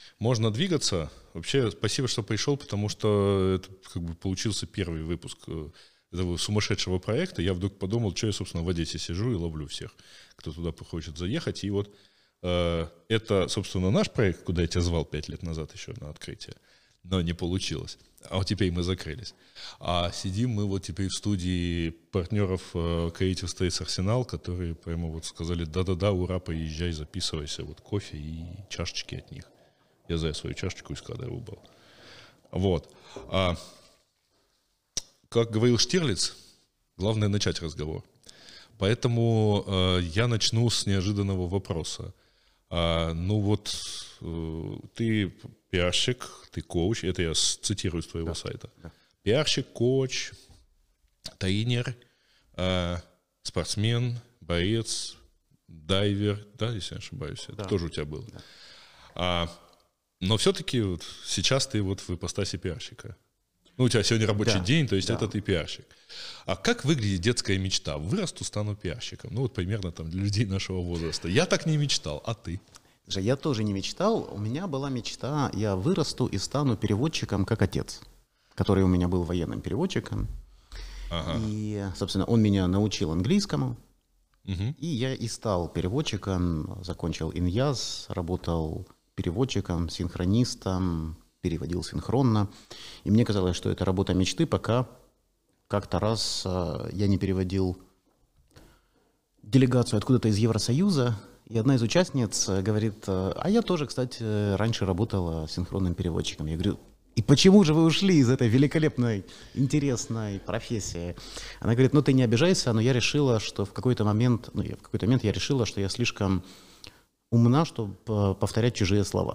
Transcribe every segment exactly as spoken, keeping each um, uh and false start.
Можно двигаться. Вообще, спасибо, что пришел, потому что это как бы получился первый выпуск этого сумасшедшего проекта. Я вдруг подумал, что я, собственно, в Одессе сижу и ловлю всех, кто туда хочет заехать. И вот э, это, собственно, наш проект, куда я тебя звал пять лет назад еще на открытие, но не получилось. А вот теперь мы закрылись. А сидим мы вот теперь в студии партнеров э, Creative States Arsenal, которые прямо вот сказали: да-да-да, ура, поезжай, записывайся, вот кофе и чашечки от них. Я за свою чашечку из кадра убрал. Вот. А, как говорил Штирлиц, главное начать разговор. Поэтому э, я начну с неожиданного вопроса. А, ну вот, э, ты пиарщик, ты коуч, это я цитирую с твоего да, сайта. Да. Пиарщик, коуч, тренер, э, спортсмен, боец, дайвер, да, если я не ошибаюсь, это да. тоже у тебя было. Да. А, но все-таки вот сейчас ты вот в ипостаси пиарщика. Ну, у тебя сегодня рабочий да, день, то есть да. это ты пиарщик. А как выглядит детская мечта? Вырасту, стану пиарщиком. Ну, вот примерно там для людей нашего возраста. Я так не мечтал, а ты? Я тоже не мечтал. У меня была мечта, я вырасту и стану переводчиком, как отец, который у меня был военным переводчиком. Ага. И, собственно, он меня научил английскому. Угу. И я и стал переводчиком, закончил ИНЯС, работал переводчиком, синхронистом, переводил синхронно. И мне казалось, что это работа мечты, пока как-то раз я не переводил делегацию откуда-то из Евросоюза, и одна из участниц говорит: а я тоже, кстати, раньше работала синхронным переводчиком. Я говорю: и почему же вы ушли из этой великолепной, интересной профессии? Она говорит: ну ты не обижайся, но я решила, что в какой-то момент, ну я, в какой-то момент я решила, что я слишком умна, чтобы повторять чужие слова.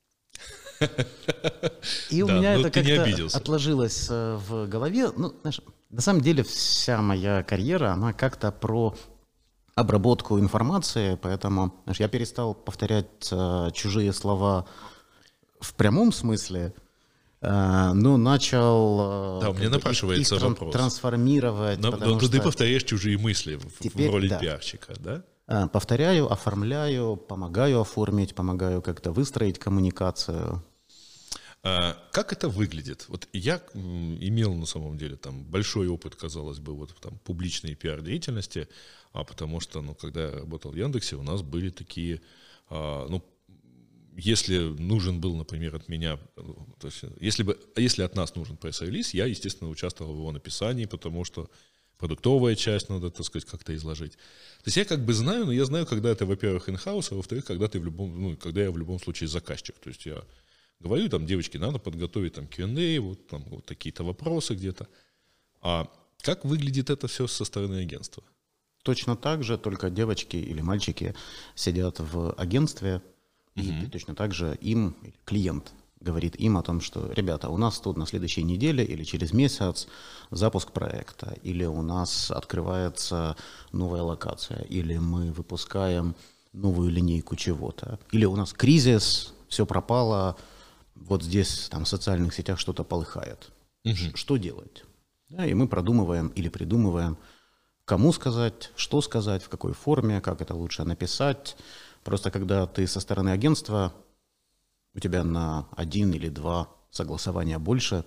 И у меня это как-то отложилось в голове. Ну, знаешь, на самом деле вся моя карьера, она как-то про обработку информации, поэтому знаешь, я перестал повторять чужие слова в прямом смысле, но начал да, мне напрашивается их вопрос. трансформировать. Но, но что... ты повторяешь чужие мысли теперь, в роли да. пиарщика, да? Повторяю, оформляю, помогаю оформить, помогаю как-то выстроить коммуникацию. А как это выглядит? Вот я имел на самом деле там большой опыт, казалось бы, вот там публичной пиар-деятельности, а потому что, ну, когда я работал в Яндексе, у нас были такие, а, ну, если нужен был, например, от меня, то есть, если бы, если от нас нужен пресс-релиз, я, естественно, участвовал в его написании, потому что продуктовая часть надо, так сказать, как-то изложить. То есть я как бы знаю, но я знаю, когда это, во-первых, in-house, а во-вторых, когда ты в любом, ну, когда я в любом случае заказчик. То есть я говорю, там, девочки, надо подготовить там кью энд эй, вот там вот такие-то вопросы где-то. А как выглядит это все со стороны агентства? Точно так же, только девочки или мальчики сидят в агентстве, угу. и точно так же им, клиент говорит им о том, что, ребята, у нас тут на следующей неделе или через месяц запуск проекта, или у нас открывается новая локация, или мы выпускаем новую линейку чего-то, или у нас кризис, все пропало, вот здесь там в социальных сетях что-то полыхает. Угу. Что делать? Да, и мы продумываем или придумываем, кому сказать, что сказать, в какой форме, как это лучше написать. Просто когда ты со стороны агентства, у тебя на один или два согласования больше.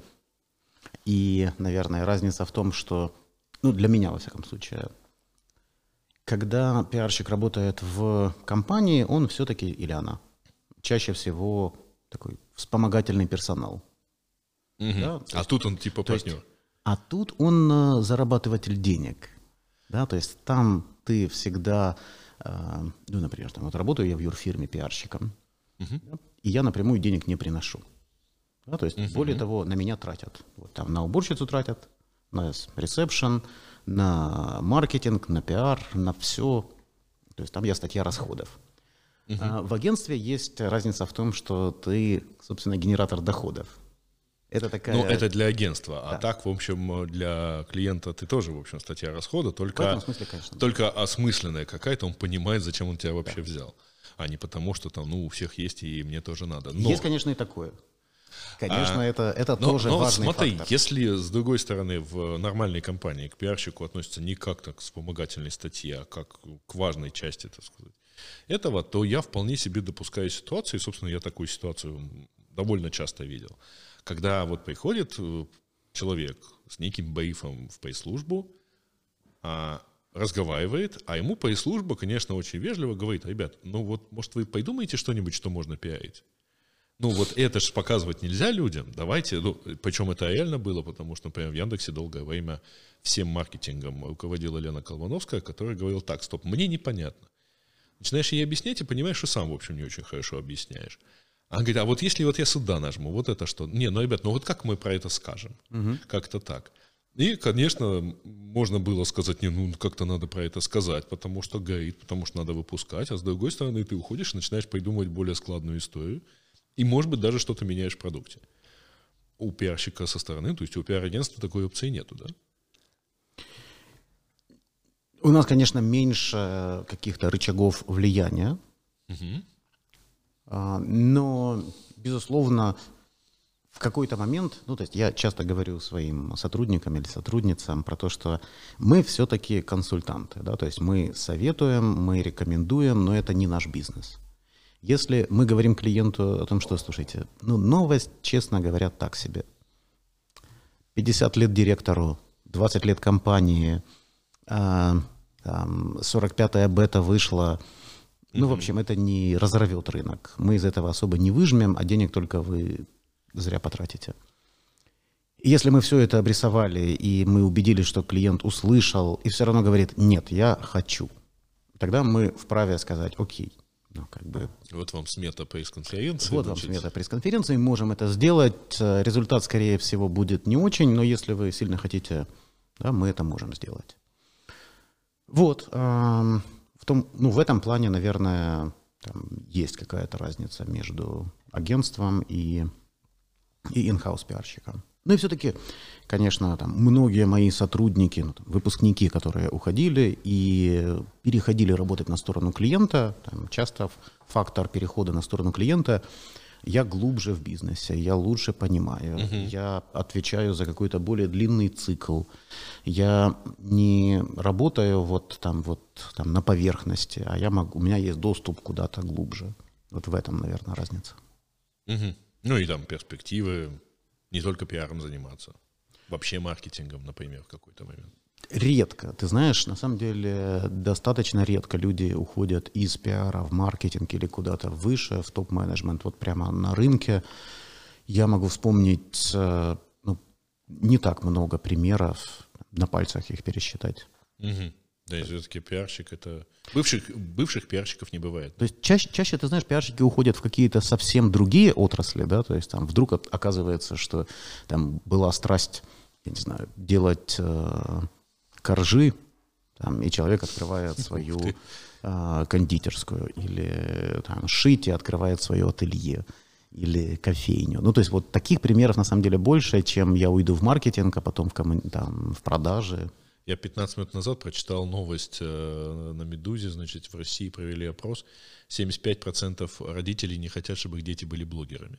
И, наверное, разница в том, что, ну, для меня, во всяком случае, когда пиарщик работает в компании, он все-таки, или она, чаще всего такой вспомогательный персонал. Угу. Да? А есть, тут он типа партнер. Есть, а тут он зарабатыватель денег. Да? То есть там ты всегда, ну, например, там, вот работаю я в юрфирме пиарщиком, угу. да? И я напрямую денег не приношу. Да? То есть, угу. более того, на меня тратят. Вот, там, на уборщицу тратят, на ресепшн, на маркетинг, на пиар, на все. То есть там я статья расходов. Uh-huh. А в агентстве есть разница в том, что ты, собственно, генератор доходов. Это такая... Ну, это для агентства. Да. А так, в общем, для клиента ты тоже, в общем, статья расхода, только, в этом смысле, конечно, только да. осмысленная какая-то, он понимает, зачем он тебя вообще да. взял. А не потому, что там, ну, у всех есть, и мне тоже надо. Но... Есть, конечно, и такое. Конечно, а, это, это но, тоже но важный смотри, фактор. Если, с другой стороны, в нормальной компании к пиарщику относятся не как-то к вспомогательной статье, а как к важной части, так сказать, этого, то я вполне себе допускаю ситуацию, и, собственно, я такую ситуацию довольно часто видел, когда вот приходит человек с неким брифом в пресс-службу, разговаривает, а ему пресс-служба, конечно, очень вежливо говорит: ребят, ну вот, может, вы придумаете что-нибудь, что можно пиарить? Ну вот это же показывать нельзя людям, давайте, ну, причем это реально было, потому что, например, в Яндексе долгое время всем маркетингом руководила Лена Колмановская, которая говорила: так, стоп, мне непонятно. Начинаешь ей объяснять и понимаешь, что сам, в общем, не очень хорошо объясняешь. Она говорит: а вот если вот я сюда нажму, вот это что? Не, ну, ребят, ну вот как мы про это скажем? Угу. Как-то так. И, конечно, можно было сказать: не, ну как-то надо про это сказать, потому что горит, потому что надо выпускать, а с другой стороны ты уходишь и начинаешь придумывать более складную историю, и, может быть, даже что-то меняешь в продукте. У пиарщика со стороны, то есть у пиар-агентства такой опции нету, да? У нас, конечно, меньше каких-то рычагов влияния, угу. но, безусловно, в какой-то момент, ну, то есть я часто говорю своим сотрудникам или сотрудницам про то, что мы все-таки консультанты, да, то есть мы советуем, мы рекомендуем, но это не наш бизнес. Если мы говорим клиенту о том, что, слушайте, ну, новость, честно говоря, так себе. пятьдесят лет директору, двадцать лет компании, там, сорок пятая бета вышла. Ну, mm-hmm. в общем, это не разорвет рынок. Мы из этого особо не выжмем, а денег только вы зря потратите. И если мы все это обрисовали, и мы убедились, что клиент услышал, и все равно говорит: нет, я хочу, тогда мы вправе сказать: окей. Ну, как бы, вот вам смета пресс-конференции. Вот значит. вам смета пресс-конференции. Можем это сделать. Результат, скорее всего, будет не очень, но если вы сильно хотите, да, мы это можем сделать. Вот. В том, ну, в этом плане, наверное, там есть какая-то разница между агентством и, и in-house пиарщиком. Ну и все-таки, конечно, там многие мои сотрудники, ну, там, выпускники, которые уходили и переходили работать на сторону клиента, там, часто фактор перехода на сторону клиента: я глубже в бизнесе, я лучше понимаю, uh-huh. я отвечаю за какой-то более длинный цикл, я не работаю вот там вот там на поверхности, а я могу, у меня есть доступ куда-то глубже. Вот в этом, наверное, разница. Uh-huh. Ну и там перспективы. Не только пиаром заниматься, вообще маркетингом, например, в какой-то момент. Редко. Ты знаешь, на самом деле достаточно редко люди уходят из пиара в маркетинг или куда-то выше, в топ-менеджмент. Вот прямо на рынке я могу вспомнить, ну, не так много примеров, на пальцах их пересчитать. Угу. Да, и все-таки пиарщик — это... Бывших, бывших пиарщиков не бывает. То есть чаще, чаще, ты знаешь, пиарщики уходят в какие-то совсем другие отрасли, да, то есть там вдруг оказывается, что там была страсть, я не знаю, делать э, коржи, там, и человек открывает свою э, кондитерскую, или там шить и открывает свое ателье, или кофейню. Ну, то есть вот таких примеров на самом деле больше, чем я уйду в маркетинг, а потом в, комму... там, в продажи. Я пятнадцать минут назад прочитал новость э, на «Медузе», значит, в России провели опрос. семьдесят пять процентов родителей не хотят, чтобы их дети были блогерами.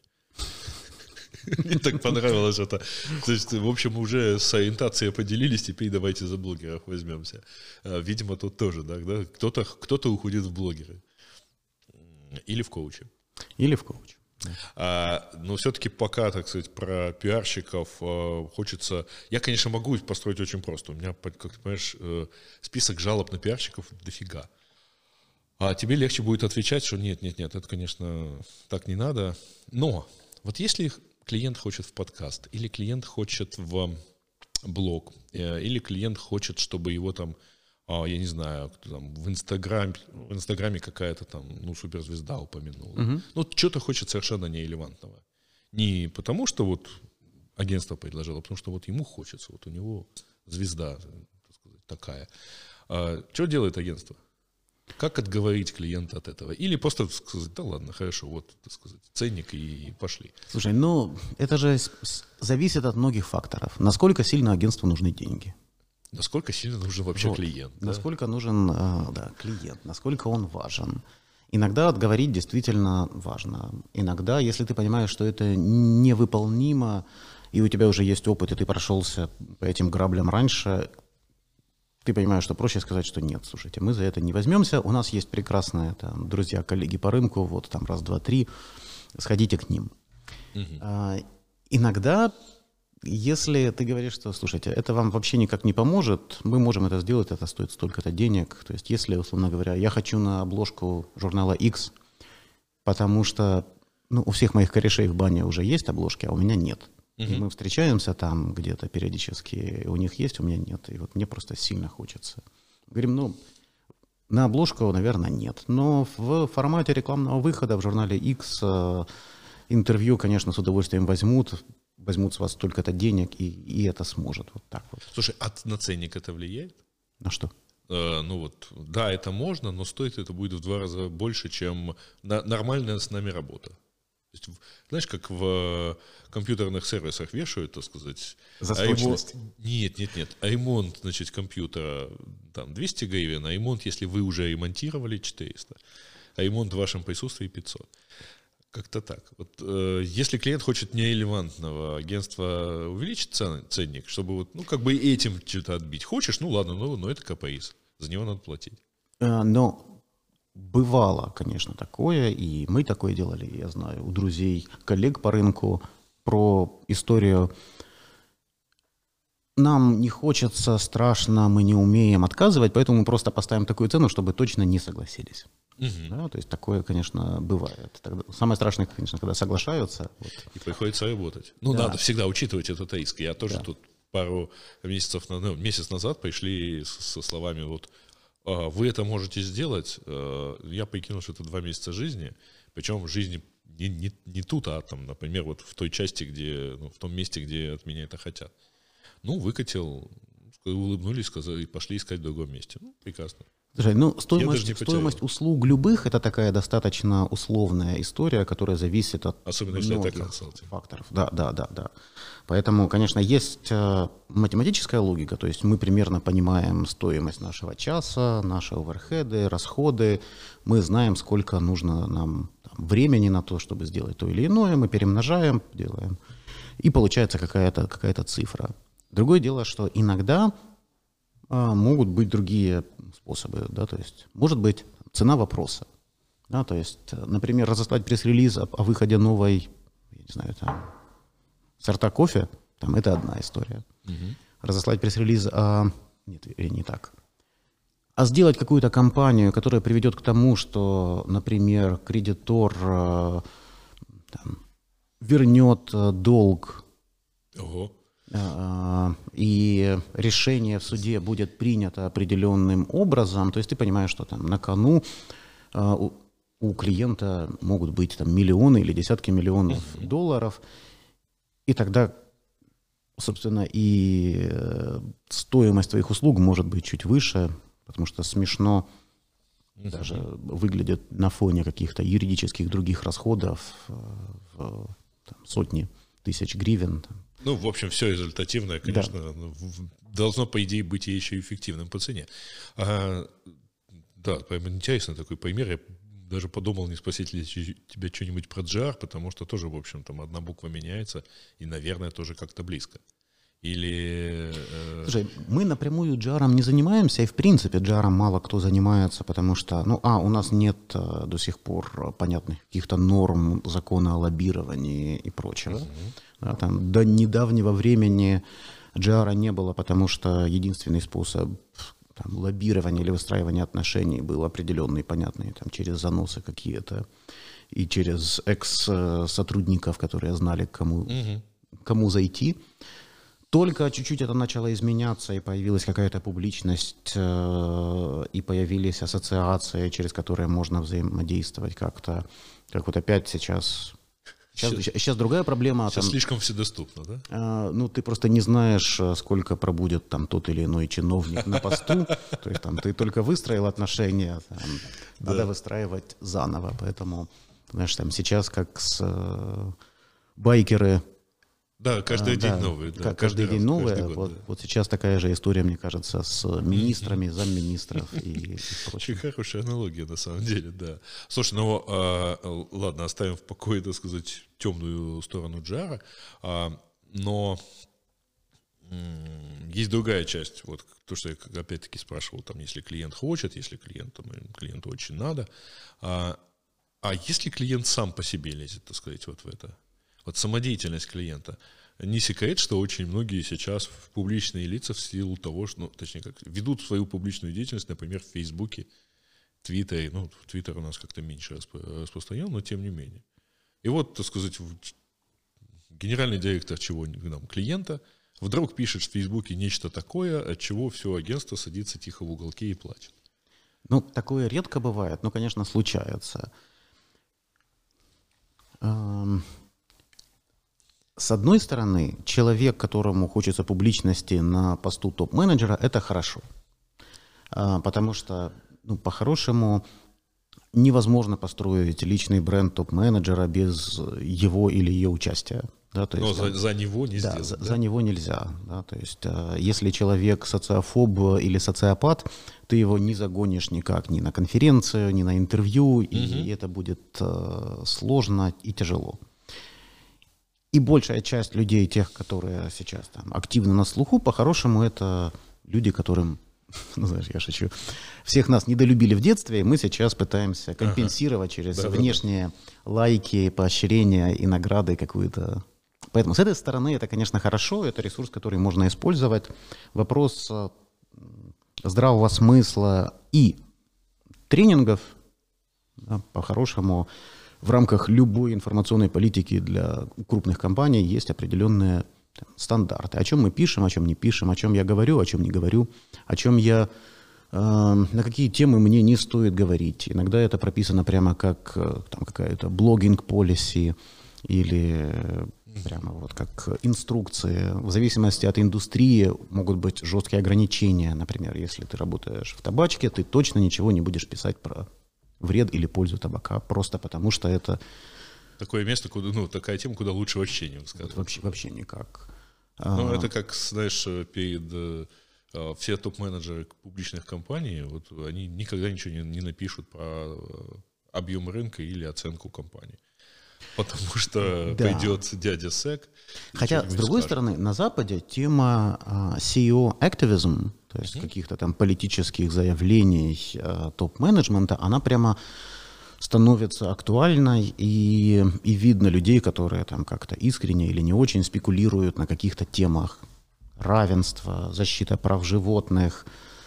Мне так понравилось это. То есть, в общем, уже с ориентацией поделились, теперь давайте за блогеров возьмемся. Видимо, тут тоже, да, кто-то, кто-то уходит в блогеры. Или в коучи. Или в коучи. А, но все-таки пока, так сказать, про пиарщиков а, хочется... Я, конечно, могу построить очень просто. У меня, как ты понимаешь, список жалоб на пиарщиков дофига. А тебе легче будет отвечать, что нет, нет, нет, это, конечно, так не надо. Но вот если клиент хочет в подкаст, или клиент хочет в блог, или клиент хочет, чтобы его там, я не знаю, кто там, в Инстаграме, в Инстаграме какая-то там, ну, суперзвезда упомянула. Uh-huh. Ну, что-то хочет совершенно нерелевантного. Не потому, что вот агентство предложило, а потому что вот ему хочется, вот у него звезда, так сказать, такая. А что делает агентство? Как отговорить клиента от этого? Или просто сказать: да ладно, хорошо, вот, так сказать, ценник и пошли. Слушай, ну, это же зависит от многих факторов. Насколько сильно агентству нужны деньги? Насколько сильно нужен вообще вот. клиент? Да? Насколько нужен да, клиент, насколько он важен. Иногда отговорить действительно важно. Иногда, если ты понимаешь, что это невыполнимо, и у тебя уже есть опыт, и ты прошелся по этим граблям раньше, ты понимаешь, что проще сказать, что нет, слушайте, мы за это не возьмемся, у нас есть прекрасные там, друзья, коллеги по рынку, вот там раз, два, три, сходите к ним. Uh-huh. А, иногда, если ты говоришь, что, слушайте, это вам вообще никак не поможет, мы можем это сделать, это стоит столько-то денег, то есть если, условно говоря, я хочу на обложку журнала X, потому что ну, у всех моих корешей в бане уже есть обложки, а у меня нет. И мы встречаемся там где-то периодически, у них есть, у меня нет. И вот мне просто сильно хочется. Говорим, ну, на обложку, наверное, нет. Но в формате рекламного выхода в журнале X э, интервью, конечно, с удовольствием возьмут. Возьмут с вас столько-то денег, и, и это сможет. Вот так вот. Слушай, а на ценник это влияет? На что? Э, ну вот, да, это можно, но стоит это будет в два раза больше, чем на, нормальная с нами работа. То есть, знаешь, как в компьютерных сервисах вешают, так сказать... За срочность. Аймон... Нет, нет, нет. Ремонт, значит, компьютера там двести гривен, а ремонт, если вы уже ремонтировали, четыреста. А ремонт в вашем присутствии пятьсот. Как-то так. Вот, э, если клиент хочет нерелевантного агентства увеличить цен, ценник, чтобы вот, ну, как бы этим что-то отбить. Хочешь, ну ладно, но, но это КПИС. За него надо платить. А, но... Бывало, конечно, такое, и мы такое делали, я знаю, у друзей, коллег по рынку, про историю. Нам не хочется, страшно, мы не умеем отказывать, поэтому мы просто поставим такую цену, чтобы точно не согласились. Угу. Да, то есть такое, конечно, бывает. Тогда, самое страшное, конечно, когда соглашаются. Вот. И приходится работать. Ну, да. Надо всегда учитывать этот риск. Я тоже да. тут пару месяцев, ну, месяц назад пришли со словами вот вы это можете сделать. Я прикинул, что это два месяца жизни, причем жизни не, не, не тут, а там, например, вот в той части, где, ну, в том месте, где от меня это хотят. Ну, выкатил, улыбнулись, сказали, и пошли искать в другом месте. Ну, прекрасно. Слушай, ну, стоимость, стоимость услуг любых — это такая достаточно условная история, которая зависит от Особенно, если многих это консалтинг. Факторов. Да, да, да, да. Поэтому, конечно, есть э, математическая логика, то есть мы примерно понимаем стоимость нашего часа, наши оверхеды, расходы, мы знаем, сколько нужно нам там времени на то, чтобы сделать то или иное, мы перемножаем, делаем, и получается какая-то, какая-то цифра. Другое дело, что иногда а, могут быть другие способы, да, то есть может быть цена вопроса, да, то есть, например, разослать пресс-релиз о, о выходе новой, я не знаю, там, сорта кофе, там, это одна история. Угу. Разослать пресс-релиз о... Нет, или не так. А сделать какую-то кампанию, которая приведет к тому, что, например, кредитор э, там, вернет долг, Ого. э, и решение в суде будет принято определенным образом, то есть ты понимаешь, что там на кону э, у, у клиента могут быть там, миллионы или десятки миллионов uh-huh. долларов, и тогда, собственно, и стоимость твоих услуг может быть чуть выше, потому что смешно uh-huh. даже выглядит на фоне каких-то юридических других расходов в там, сотни тысяч гривен. Ну, в общем, все результативное, конечно, да. должно, по идее, быть и еще эффективным по цене. А, да, интересный такой пример. Я даже подумал, не спросить ли тебя что-нибудь про джи ар, потому что тоже, в общем, там одна буква меняется, и, наверное, тоже как-то близко. Или... Э... Слушай, мы напрямую джи ар не занимаемся, и, в принципе, джи ар мало кто занимается, потому что, ну, а, у нас нет а, до сих пор понятных каких-то норм закона о лоббировании и прочего. Uh-huh. Да, там, до недавнего времени джи ар не было, потому что единственный способ там, лоббирования или выстраивания отношений был определенный, понятный, там, через заносы какие-то и через экс-сотрудников, которые знали, кому, uh-huh. кому зайти. Только чуть-чуть это начало изменяться, и появилась какая-то публичность, э, и появились ассоциации, через которые можно взаимодействовать как-то. Как вот опять сейчас... Сейчас, сейчас, сейчас другая проблема. Сейчас там, слишком вседоступно, да? Э, ну, ты просто не знаешь, сколько пробудет там тот или иной чиновник на посту. То есть там ты только выстроил отношения, надо выстраивать заново. Поэтому, знаешь, там сейчас как с байкеры... Да, каждый а, день да, новый. Да, каждый, каждый день раз, новое. Каждый год, вот, да. вот сейчас такая же история, мне кажется, с министрами, замминистров и, и прочим. Очень хорошая аналогия, на самом деле, да. Слушай, ну а, ладно, оставим в покое, так сказать, темную сторону джи ар, а, но Есть другая часть, вот то, что я опять-таки спрашивал, там, если клиент хочет, если клиенту, клиенту очень надо, а, а если клиент сам по себе лезет, так сказать, вот в это, вот самодеятельность клиента, не секрет, что очень многие сейчас в публичные лица в силу того, что, ну, точнее, как ведут свою публичную деятельность, например, в Фейсбуке, Твиттере, ну, Твиттер у нас как-то меньше распространен, но тем не менее. И вот, так сказать, генеральный директор чего там, клиента вдруг пишет в Фейсбуке нечто такое, от чего все агентство садится тихо в уголке и плачет. Ну, такое редко бывает, но, конечно, случается. С одной стороны, человек, которому хочется публичности на посту топ-менеджера, это хорошо. Потому что, ну, по-хорошему, невозможно построить личный бренд топ-менеджера без его или ее участия. Да, то есть, Но за, за него не да, сделать. За, да? за него нельзя. Да, то есть, если человек социофоб или социопат, ты его не загонишь никак ни на конференцию, ни на интервью, угу. и это будет сложно и тяжело. И большая часть людей, тех, которые сейчас там активно на слуху, по-хорошему, это люди, которым, ну, знаешь, я шучу, всех нас недолюбили в детстве, и мы сейчас пытаемся компенсировать ага. через да, внешние да, да. лайки, поощрения и награды какую-то. Поэтому с этой стороны это, конечно, хорошо, это ресурс, который можно использовать. Вопрос здравого смысла и тренингов, да, по-хорошему, в рамках любой информационной политики для крупных компаний есть определенные там, стандарты. О чем мы пишем, о чем не пишем, о чем я говорю, о чем не говорю, о чем я, э, на какие темы мне не стоит говорить. Иногда это прописано прямо как там, какая-то блогинг-полиси или прямо вот как инструкции. В зависимости от индустрии могут быть жесткие ограничения. Например, если ты работаешь в табачке, ты точно ничего не будешь писать про вред или пользу табака, просто потому что это... Такое место, куда, ну, такая тема, куда лучше вообще не высказываться. Вот вообще, вообще никак. Ну, а... это как, знаешь, перед... Все топ-менеджеры публичных компаний, вот они никогда ничего не, не напишут про объем рынка или оценку компании. Потому что да. придет дядя Сек. Хотя, с другой скажет. стороны, на Западе тема uh, си и о-активизм, то есть mm-hmm. каких-то там политических заявлений uh, топ-менеджмента, она прямо становится актуальной, и, и видно людей, которые там как-то искренне или не очень спекулируют на каких-то темах равенства, защита прав животных.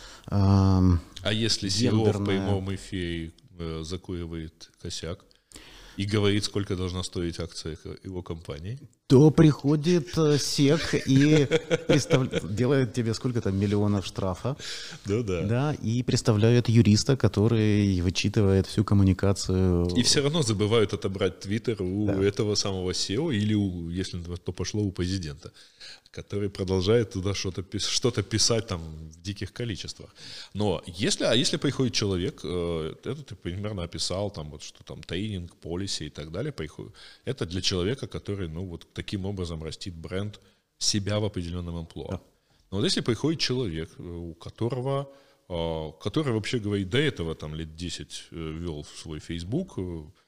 Uh, а если си и о в прямом эфире uh, закуривает косяк и говорит, сколько должна стоить акция его компании, то приходит сек и представ... делает тебе сколько там миллионов штрафа. Ну да. Да, и представляет юриста, который вычитывает всю коммуникацию. И все равно забывают отобрать твиттер у да. этого самого си и о или, у, если то пошло, у президента, который продолжает туда что-то, что-то писать там в диких количествах. Но если, а если приходит человек, это ты примерно описал, там вот что там тренинг, полиси и так далее, приходит, это для человека, который, ну вот таким образом растит бренд себя в определенном амплуа. Да. Но вот если приходит человек, у которого, который вообще говорит, до этого там лет десять вел свой Facebook,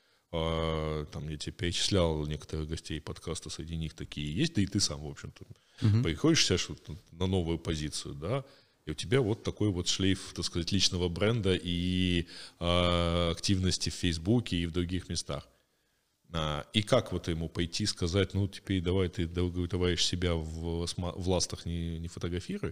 там я тебе перечислял некоторых гостей подкаста, среди них такие есть, да и ты сам, в общем-то, угу. приходишь сейчас на новую позицию, да, и у тебя вот такой вот шлейф, так сказать, личного бренда и а, активности в Фейсбуке и в других местах. А, и как вот ему пойти сказать, ну, теперь давай ты, дорогой товарищ, себя в, в ластах не, не фотографируй?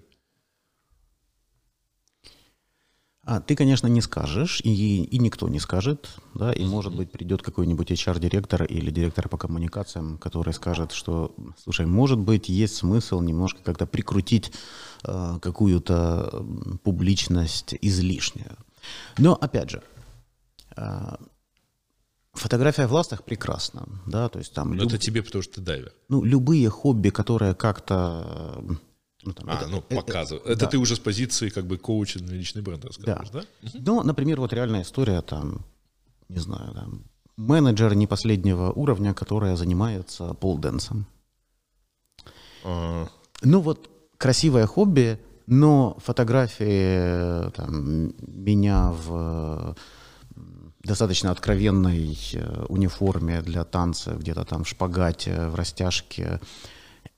А, ты, конечно, не скажешь, и, и никто не скажет, да, и, может быть, придет какой-нибудь эйч ар-директор или директор по коммуникациям, который скажет, что, слушай, может быть, есть смысл немножко как-то прикрутить э, какую-то публичность излишнюю. Но, опять же, э, фотография в ластах прекрасна, да, то есть там... Но люб... это тебе, потому что ты дайвер. Ну, любые хобби, которые как-то... Ну, там, а, это, ну, показывай. Это, это да. ты уже с позиции как бы коуча на личный бренд рассказываешь, да? да? Угу. Ну, например, вот реальная история, там, не знаю, там, менеджер не последнего уровня, которая занимается полденсом. А... Ну, вот красивое хобби, но фотографии там, меня в достаточно откровенной униформе для танца, где-то там в шпагате, в растяжке,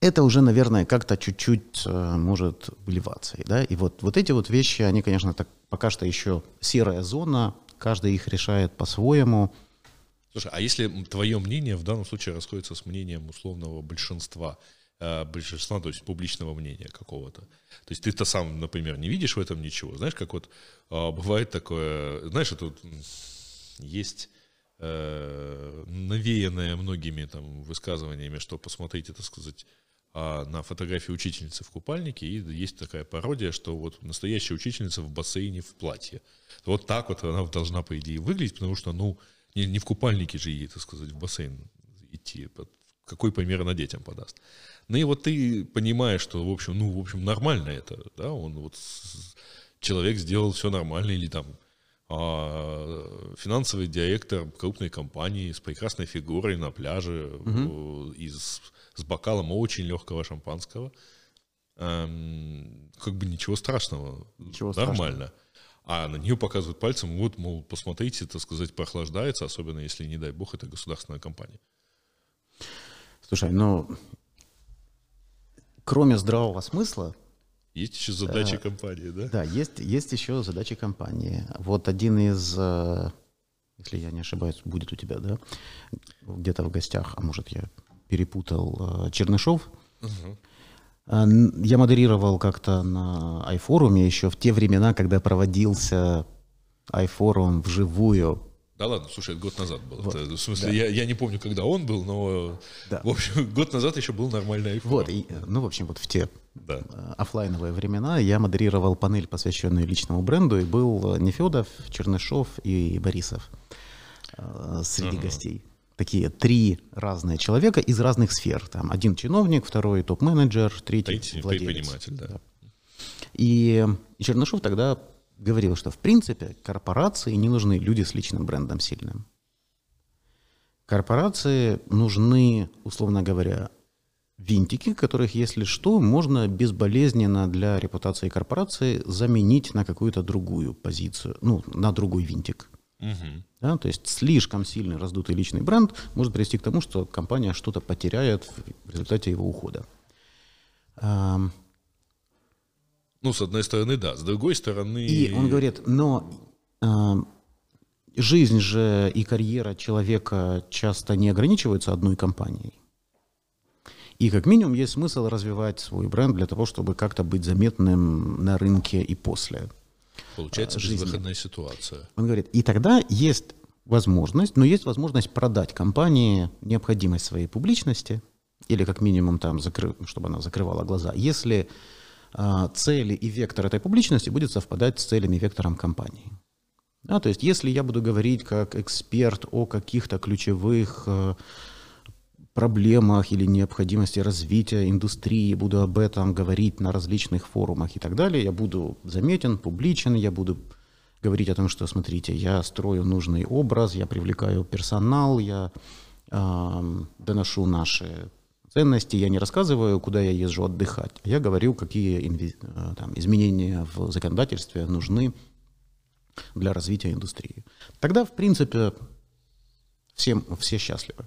это уже, наверное, как-то чуть-чуть э, может выливаться. Да? И вот, вот эти вот вещи, они, конечно, так, пока что еще серая зона, каждый их решает по-своему. Слушай, а если твое мнение в данном случае расходится с мнением условного большинства, э, большинства, то есть публичного мнения какого-то, то есть ты-то сам, например, не видишь в этом ничего, знаешь, как вот э, бывает такое, знаешь, это вот есть э, навеянное многими там высказываниями, что посмотрите, так сказать, а на фотографии учительницы в купальнике, и есть такая пародия, что вот настоящая учительница в бассейне в платье. Вот так вот она должна, по идее, выглядеть, потому что, ну, не, не в купальнике же ей, так сказать, в бассейн идти, какой пример она детям подаст. Ну и вот ты понимаешь, что, в общем, ну, в общем, нормально это, да, он вот, человек сделал все нормально, или там а, финансовый директор крупной компании с прекрасной фигурой на пляже, угу. из с бокалом очень легкого шампанского, эм, как бы ничего страшного, ничего нормально. Страшного. А на нее показывают пальцем, вот, мол, посмотрите, так сказать, прохлаждается, особенно если, не дай бог, это государственная компания. Слушай, ну, кроме здравого смысла... Есть еще задачи э, компании, да? Да, есть, есть еще задачи компании. Вот один из... Если я не ошибаюсь, будет у тебя, да? Где-то в гостях, а может, я... перепутал, Чернышов. Угу. Я модерировал как-то на iForum еще в те времена, когда проводился iForum вживую. Да ладно, слушай, это год назад был. Вот. Это, в смысле, да. я, я не помню, когда он был, но да. в общем, год назад еще был нормальный iForum. Вот, и, ну, в общем, вот в те да. офлайновые времена я модерировал панель, посвященную личному бренду, и был Нефедов, Чернышов и Борисов среди ага. гостей. Такие три разные человека из разных сфер. Там один чиновник, второй топ-менеджер, третий, третий владелец. Предприниматель, да. да. И, и Чернышов тогда говорил, что в принципе корпорации не нужны люди с личным брендом сильным. Корпорации нужны, условно говоря, винтики, которых, если что, можно безболезненно для репутации корпорации заменить на какую-то другую позицию, ну, на другой винтик. Угу. Да, то есть слишком сильный раздутый личный бренд может привести к тому, что компания что-то потеряет в результате его ухода. Ну, с одной стороны, да, с другой стороны... И он говорит, но э, жизнь же и карьера человека часто не ограничиваются одной компанией. И как минимум есть смысл развивать свой бренд для того, чтобы как-то быть заметным на рынке и после. Получается безвыходная ситуация. Он говорит, и тогда есть возможность, но есть возможность продать компании необходимость своей публичности, или как минимум там, закры... чтобы она закрывала глаза, если а, цели и вектор этой публичности будет совпадать с целями и вектором компании. Да, то есть если я буду говорить как эксперт о каких-то ключевых а, проблемах или необходимости развития индустрии, буду об этом говорить на различных форумах и так далее, я буду заметен, публичен, я буду говорить о том, что, смотрите, я строю нужный образ, я привлекаю персонал, я э, доношу наши ценности, я не рассказываю, куда я езжу отдыхать, я говорю, какие инви- там, изменения в законодательстве нужны для развития индустрии. Тогда, в принципе, всем, все счастливы.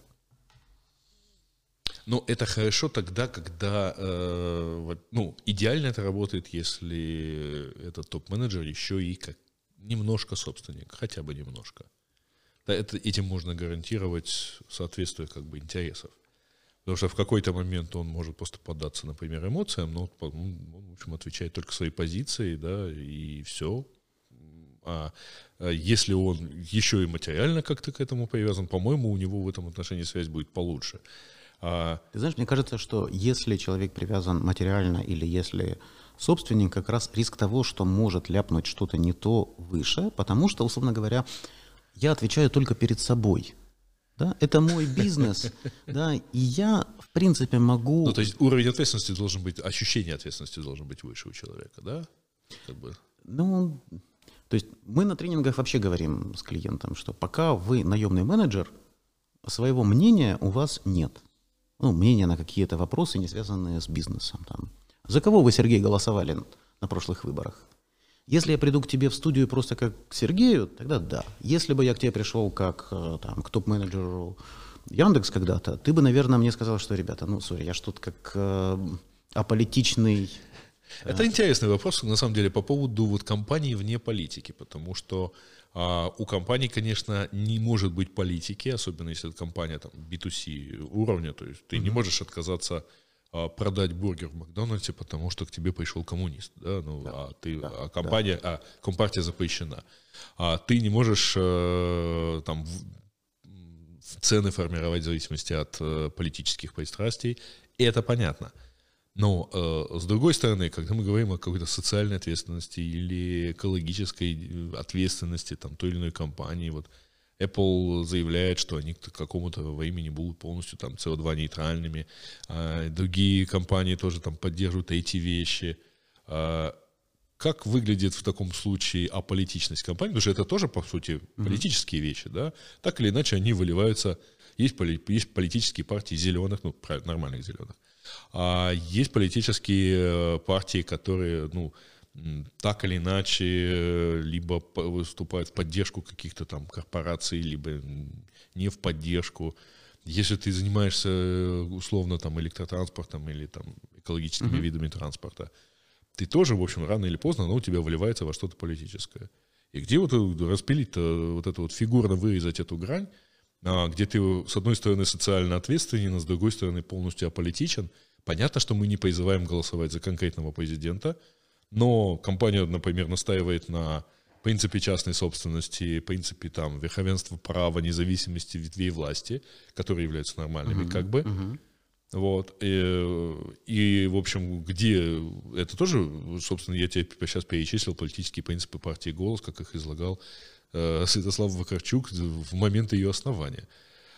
Ну, это хорошо тогда, когда, э, ну, идеально это работает, если этот топ-менеджер еще и как немножко собственник, хотя бы немножко. Да, это, этим можно гарантировать соответствие как бы интересов. Потому что в какой-то момент он может просто поддаться, например, эмоциям, но он, в общем, отвечает только своей позицией, да, и все. А если он еще и материально как-то к этому привязан, по-моему, у него в этом отношении связь будет получше. А... Ты знаешь, мне кажется, что если человек привязан материально или если собственник, как раз риск того, что может ляпнуть что-то не то, выше, потому что, условно говоря, я отвечаю только перед собой. Да? Это мой бизнес, да, и я, в принципе, могу... Ну, то есть уровень ответственности должен быть, ощущение ответственности должен быть выше у человека, да? Как бы... Ну, то есть мы на тренингах вообще говорим с клиентом, что пока вы наемный менеджер, своего мнения у вас нет. Ну, мнения на какие-то вопросы, не связанные с бизнесом. Там. За кого вы, Сергей, голосовали на прошлых выборах? Если я приду к тебе в студию просто как к Сергею, тогда да. Если бы я к тебе пришел как там, к топ-менеджеру Яндекс когда-то, ты бы, наверное, мне сказал, что, ребята, ну, сори, я ж тут как э, аполитичный... Это э... интересный вопрос, на самом деле, по поводу вот компаний вне политики, потому что а, у компаний, конечно, не может быть политики, особенно если это компания там би ту си уровня, то есть ты mm-hmm. не можешь отказаться а, продать бургер в Макдональдсе, потому что к тебе пришел коммунист, да, ну, да, а, ты, да, а компания, да. а компартия запрещена. А ты не можешь э, там... цены формировать в зависимости от э, политических пристрастий, и это понятно. Но э, с другой стороны, когда мы говорим о какой-то социальной ответственности или экологической ответственности там, той или иной компании, вот Apple заявляет, что они к какому-то времени будут полностью там си о два нейтральными, э, другие компании тоже там поддерживают эти вещи. Э, Как выглядит в таком случае аполитичность компании? Потому что это тоже, по сути, политические mm-hmm. вещи, да? Так или иначе, они выливаются... Есть, поли, есть политические партии зеленых, ну, правильно, нормальных зеленых. А есть политические партии, которые, ну, так или иначе, либо выступают в поддержку каких-то там корпораций, либо не в поддержку. Если ты занимаешься, условно, там, электротранспортом или там экологическими mm-hmm. видами транспорта, ты тоже, в общем, рано или поздно, оно у тебя вливается во что-то политическое. И где вот распилить-то, вот это вот фигурно вырезать эту грань, где ты, с одной стороны, социально ответственен, а с другой стороны, полностью аполитичен. Понятно, что мы не призываем голосовать за конкретного президента, но компания, например, настаивает на принципе частной собственности, принципе там, верховенства права, независимости ветвей власти, которые являются нормальными, uh-huh, как бы. Uh-huh. Вот. И, и, в общем, где... Это тоже, собственно, я тебе сейчас перечислил политические принципы партии «Голос», как их излагал э, Святослав Вакарчук в момент ее основания.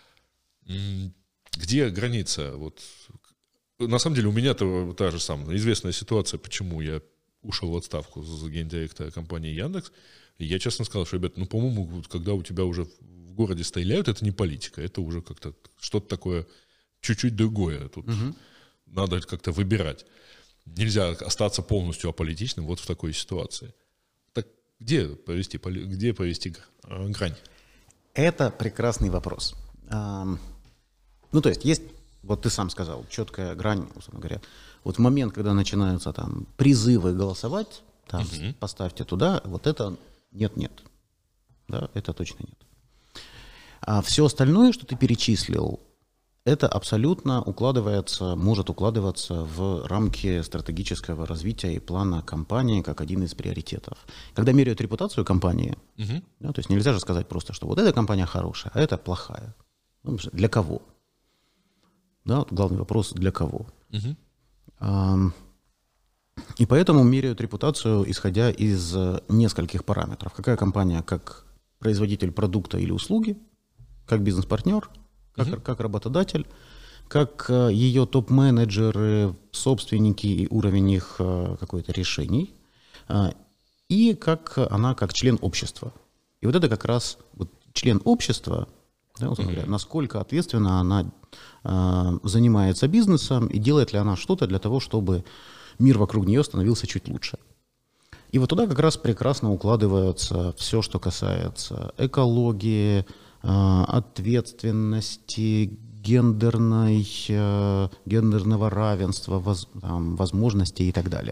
Где граница? Вот. На самом деле у меня-то та же самая известная ситуация, почему я ушел в отставку с гендиректора компании «Яндекс». И я честно сказал, что, ребята, ну, по-моему, когда у тебя уже в городе стреляют, это не политика, это уже как-то что-то такое... чуть-чуть другое. Тут угу. надо как-то выбирать. Нельзя остаться полностью аполитичным вот в такой ситуации. Так где провести, где провести грань? Это прекрасный вопрос. Ну, то есть, есть, вот ты сам сказал, четкая грань, условно говоря. Вот в момент, когда начинаются там призывы голосовать, там, угу. поставьте туда, вот это нет-нет. Да, это точно нет. А все остальное, что ты перечислил, это абсолютно укладывается, может укладываться в рамки стратегического развития и плана компании как один из приоритетов. Когда меряют репутацию компании, угу. да, то есть нельзя же сказать просто, что вот эта компания хорошая, а эта плохая. Ну, для кого? Да, вот главный вопрос, для кого? Угу. А, и поэтому меряют репутацию, исходя из нескольких параметров. Какая компания как производитель продукта или услуги, как бизнес-партнер, Как, uh-huh. как работодатель, как ее топ-менеджеры, собственники и уровень их какой-то решений, и как она как член общества. И вот это как раз вот член общества, да, вот, uh-huh. говоря, насколько ответственно она а, занимается бизнесом и делает ли она что-то для того, чтобы мир вокруг нее становился чуть лучше. И вот туда как раз прекрасно укладывается все, что касается экологии, ответственности, гендерной, гендерного равенства, воз, там, возможностей и так далее.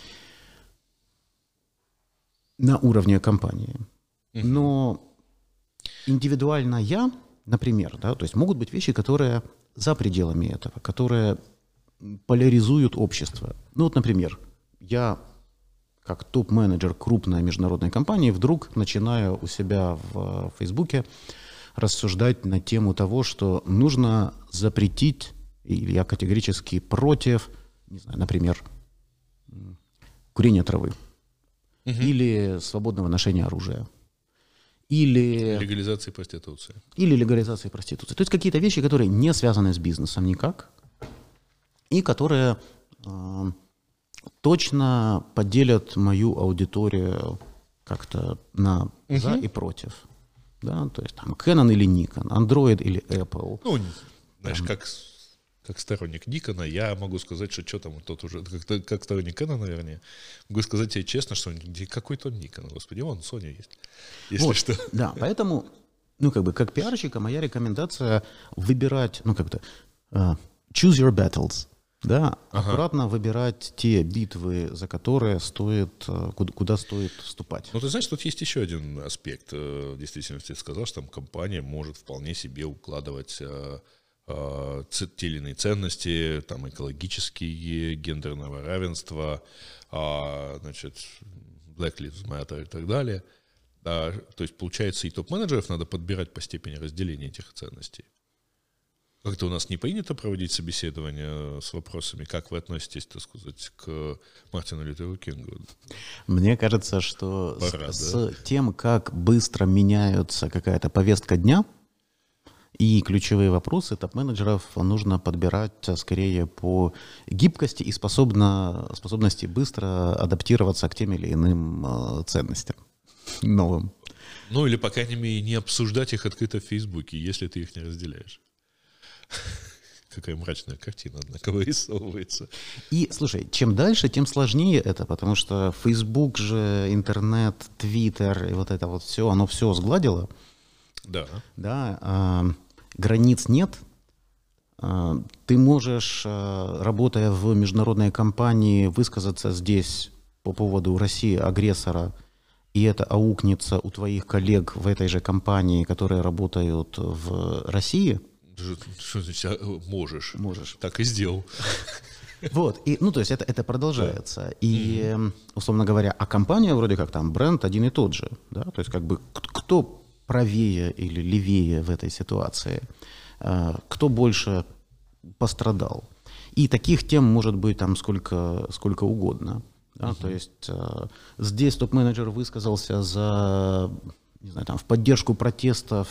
На уровне компании. Но индивидуально я, например, да, то есть могут быть вещи, которые за пределами этого, которые поляризуют общество. Ну вот, например, я как топ-менеджер крупной международной компании вдруг начинаю у себя в Фейсбуке рассуждать на тему того, что нужно запретить, или я категорически против, не знаю, например, курения травы, угу. или свободного ношения оружия, или легализации проституции. Или легализации проституции. То есть какие-то вещи, которые не связаны с бизнесом никак, и которые э, точно поделят мою аудиторию как-то на угу. за и против. Да, то есть там Canon или Nikon, Android или Apple. Ну, знаешь, там, как, как сторонник Никона, я могу сказать, что что там тот уже, как, как сторонник Canon, наверное, могу сказать тебе честно, что какой-то Nikon, господи, вон Sony есть, если вот, что. Да, поэтому Ну, как бы, как пиарщика, моя рекомендация выбирать, ну, как-то, uh, choose your battles, да, ага. аккуратно выбирать те битвы, за которые стоит, куда, куда стоит вступать. Ну, ты знаешь, тут есть еще один аспект. Действительно, ты сказал, что там компания может вполне себе укладывать те или иные ценности, там, экологические, гендерного равенства, значит, Black Lives Matter и так далее. Да, то есть, получается, и топ-менеджеров надо подбирать по степени разделения этих ценностей. Как-то у нас не принято проводить собеседование с вопросами, как вы относитесь, так сказать, к Мартину Лютеру Кингу? Мне кажется, что Пора, с, да? с тем, как быстро меняется какая-то повестка дня и ключевые вопросы, топ-менеджеров нужно подбирать скорее по гибкости и способно, способности быстро адаптироваться к тем или иным э, ценностям новым. Ну или, по крайней мере, не обсуждать их открыто в Фейсбуке, если ты их не разделяешь. Какая мрачная картина, однако, вырисовывается. И, слушай, чем дальше, тем сложнее это, потому что Facebook же, интернет, Твиттер и вот это вот все, оно все сгладило. Да. Да, э, границ нет. Э, ты можешь, э, работая в международной компании, высказаться здесь по поводу России агрессора, и это аукнется у твоих коллег в этой же компании, которые работают в России. Что значит можешь? Можешь. Так и сделал. Вот, и, ну, то есть это, это продолжается. Да. И, mm-hmm. условно говоря, а компания вроде как там, бренд один и тот же. Да? То есть как бы кто правее или левее в этой ситуации, кто больше пострадал. И таких тем может быть там сколько, сколько угодно. Да? Uh-huh. То есть э, здесь топ-менеджер высказался за, не знаю, там, в поддержку протестов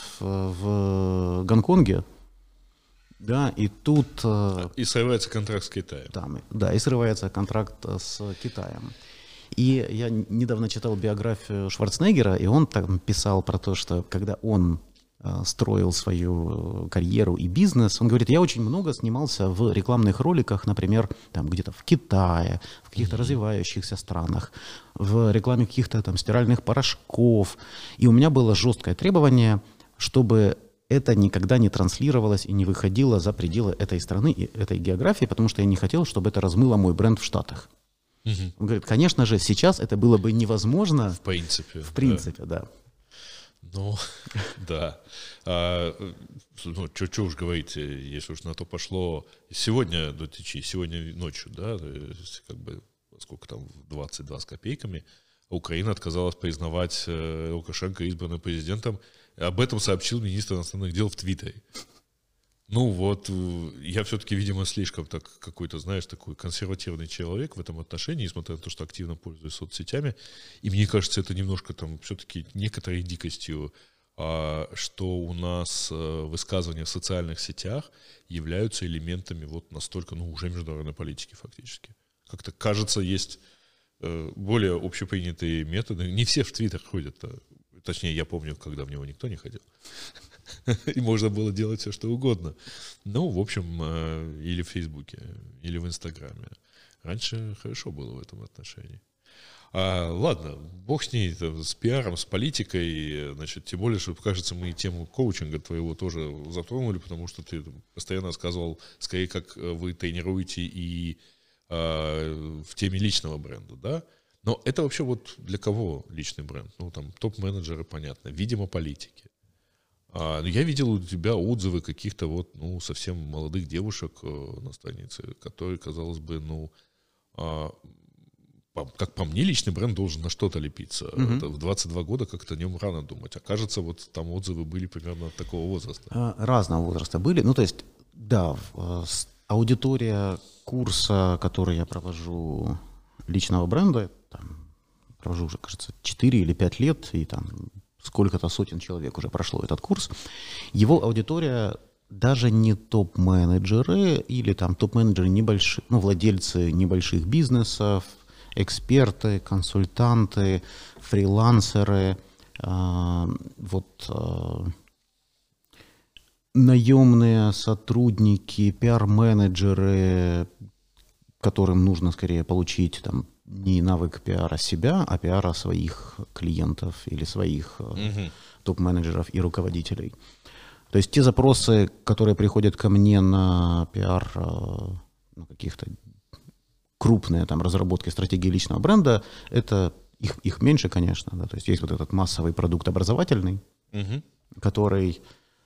в Гонконге, да, и тут... Э, и срывается контракт с Китаем. Там, да, и срывается контракт с Китаем. И я недавно читал биографию Шварценеггера, и он там писал про то, что когда он э, строил свою карьеру и бизнес, он говорит, я очень много снимался в рекламных роликах, например, там где-то в Китае, в каких-то mm-hmm. развивающихся странах, в рекламе каких-то там стиральных порошков. И у меня было жесткое требование, чтобы это никогда не транслировалось и не выходило за пределы этой страны и этой географии, потому что я не хотел, чтобы это размыло мой бренд в Штатах. Он говорит, конечно же, сейчас это было бы невозможно. В принципе. В принципе, да. да. Ну, да. А, ну, что уж говорить, если уж на то пошло. Сегодня, до течи, сегодня ночью, да, как бы, сколько там, двадцать два с копейками, Украина отказалась признавать Лукашенко избранным президентом. Об этом сообщил министр иностранных дел в Твиттере. Ну вот, я все-таки, видимо, слишком так какой-то, знаешь, такой консервативный человек в этом отношении, несмотря на то, что активно пользуюсь соцсетями. И мне кажется, это немножко там все-таки некоторой дикостью, что у нас высказывания в социальных сетях являются элементами вот настолько, ну, уже международной политики фактически. Как-то кажется, есть более общепринятые методы. Не все в Твиттер ходят. Точнее, я помню, когда в него никто не ходил. И можно было делать все, что угодно. Ну, в общем, или в Фейсбуке, или в Инстаграме. Раньше хорошо было в этом отношении. А, ладно, бог с ней, там, с пиаром, с политикой. Значит, тем более, что, кажется, мы и тему коучинга твоего тоже затронули, потому что ты постоянно рассказывал, скорее, как вы тренируете и а, в теме личного бренда, да? Но это вообще вот для кого личный бренд? Ну, там, топ-менеджеры, понятно, видимо, политики. А, я видел у тебя отзывы каких-то вот, ну, совсем молодых девушек э, на странице, которые, казалось бы, ну, а, по, как по мне, личный бренд должен на что-то лепиться. Mm-hmm. Это в двадцать два года как-то о нем рано думать. А кажется, вот там отзывы были примерно от такого возраста. Разного возраста были. Ну, то есть, да, аудитория курса, который я провожу, личного бренда, там, провожу уже, кажется, четыре или пять лет, и там сколько-то сотен человек уже прошло этот курс. Его аудитория даже не топ-менеджеры или там топ-менеджеры небольшие, ну, владельцы небольших бизнесов, эксперты, консультанты, фрилансеры, э, вот э, наемные сотрудники, пиар-менеджеры, которым нужно скорее получить там не навык пиара себя, а пиара своих клиентов или своих mm-hmm. топ-менеджеров и руководителей. То есть те запросы, которые приходят ко мне на пиар, на каких-то крупные там разработки стратегии личного бренда, это их, их меньше, конечно. Да? То есть есть вот этот массовый продукт образовательный, угу. который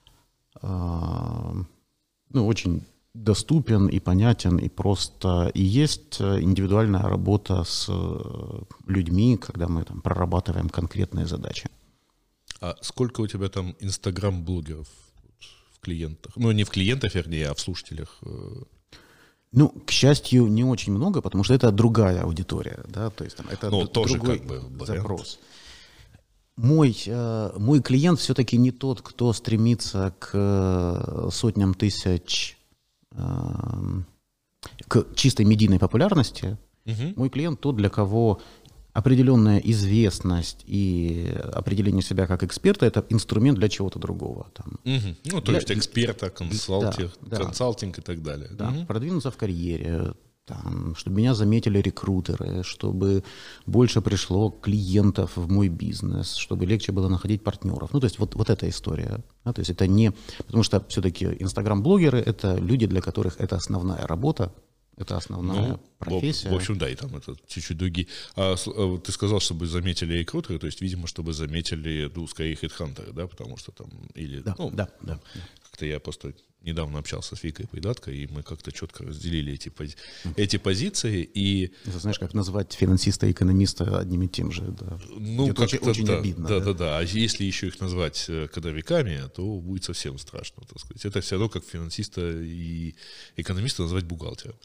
э, ну, очень доступен и понятен, и просто. И есть индивидуальная работа с людьми, когда мы там прорабатываем конкретные задачи. А сколько у тебя там инстаграм-блогеров в клиентах? Ну, не в клиентах, вернее, а в слушателях. Ну, к счастью, не очень много, потому что это другая аудитория, да, то есть там это ну, д- тоже другой как бы запрос. Мой, э, мой клиент все-таки не тот, кто стремится к сотням тысяч, э, к чистой медийной популярности. Угу. Мой клиент тот, для кого определенная известность и определение себя как эксперта — это инструмент для чего-то другого. Там. Угу. Ну, то для... есть эксперта, консалтинг, да, консалтинг да. и так далее. Да, угу. Продвинуться в карьере, там, чтобы меня заметили рекрутеры, чтобы больше пришло клиентов в мой бизнес, чтобы легче было находить партнеров. Ну, то есть вот, вот эта история. Да, то есть это не... Потому что все-таки инстаграм-блогеры — это люди, для которых это основная работа. Это основная ну, профессия. В общем, да, и там это чуть-чуть другие. А, а ты сказал, чтобы заметили рекрутеры, то есть, видимо, чтобы заметили, ну, скорее, хедхантеры, да, потому что там, или, да, ну, да, да. Как-то я просто недавно общался с Викой Придаткой, и мы как-то четко разделили эти, пози- эти позиции, и... Это знаешь, как назвать финансиста и экономиста одним и тем же, да. Ну, это очень, очень да, обидно. Да, да, да, да. А если еще их назвать кадровиками, то будет совсем страшно, так сказать. Это все равно как финансиста и экономиста назвать бухгалтером.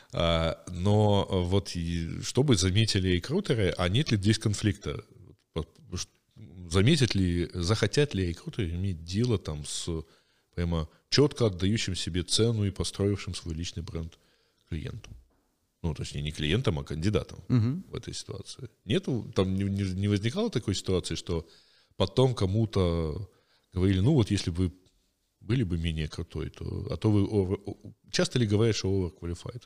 Но вот чтобы заметили рекрутеры, а нет ли здесь конфликта? Заметят ли, захотят ли рекрутеры иметь дело там с прямо четко отдающим себе цену и построившим свой личный бренд клиенту? Ну, точнее, не клиентам, а кандидатам угу. в этой ситуации. Нету, там не, не, не возникало такой ситуации, что потом кому-то говорили, ну вот если бы были бы менее крутой, то, а то вы over, часто ли говорят, что overqualified?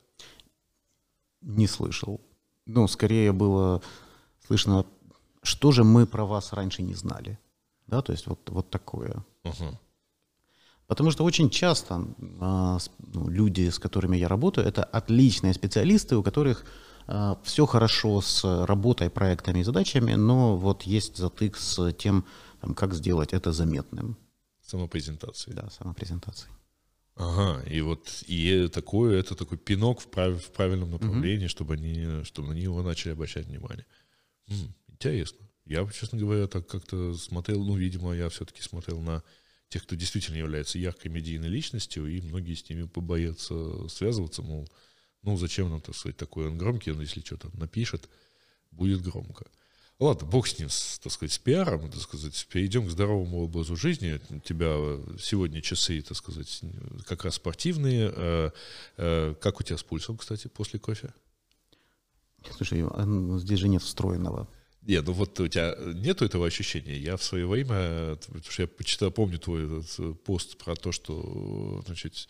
Не слышал. Ну, скорее было слышно, что же мы про вас раньше не знали. Да, то есть вот, вот такое. Uh-huh. Потому что очень часто а, ну, люди, с которыми я работаю, это отличные специалисты, у которых а, все хорошо с работой, проектами и задачами, но вот есть затык с тем, там, как сделать это заметным. Самопрезентацией. Да, самопрезентацией. Ага, и вот и такое, это такой пинок в, прав, в правильном направлении, mm-hmm. чтобы они, чтобы на него начали обращать внимание. М-м, интересно. Я, честно говоря, так как-то смотрел, ну, видимо, я все-таки смотрел на тех, кто действительно является яркой медийной личностью, и многие с ними побоятся связываться, мол, ну, зачем нам, так сказать, такой он громкий, он, если что-то напишет, будет громко. Ладно, бог с ним, так сказать, с пиаром, так сказать, перейдем к здоровому образу жизни. У тебя сегодня часы, так сказать, как раз спортивные. Как у тебя с пульсом, кстати, после кофе? Слушай, здесь же нет встроенного. Нет, ну вот у тебя нету этого ощущения. Я в свое время, потому что я почитал, помню твой этот пост про то, что, значит,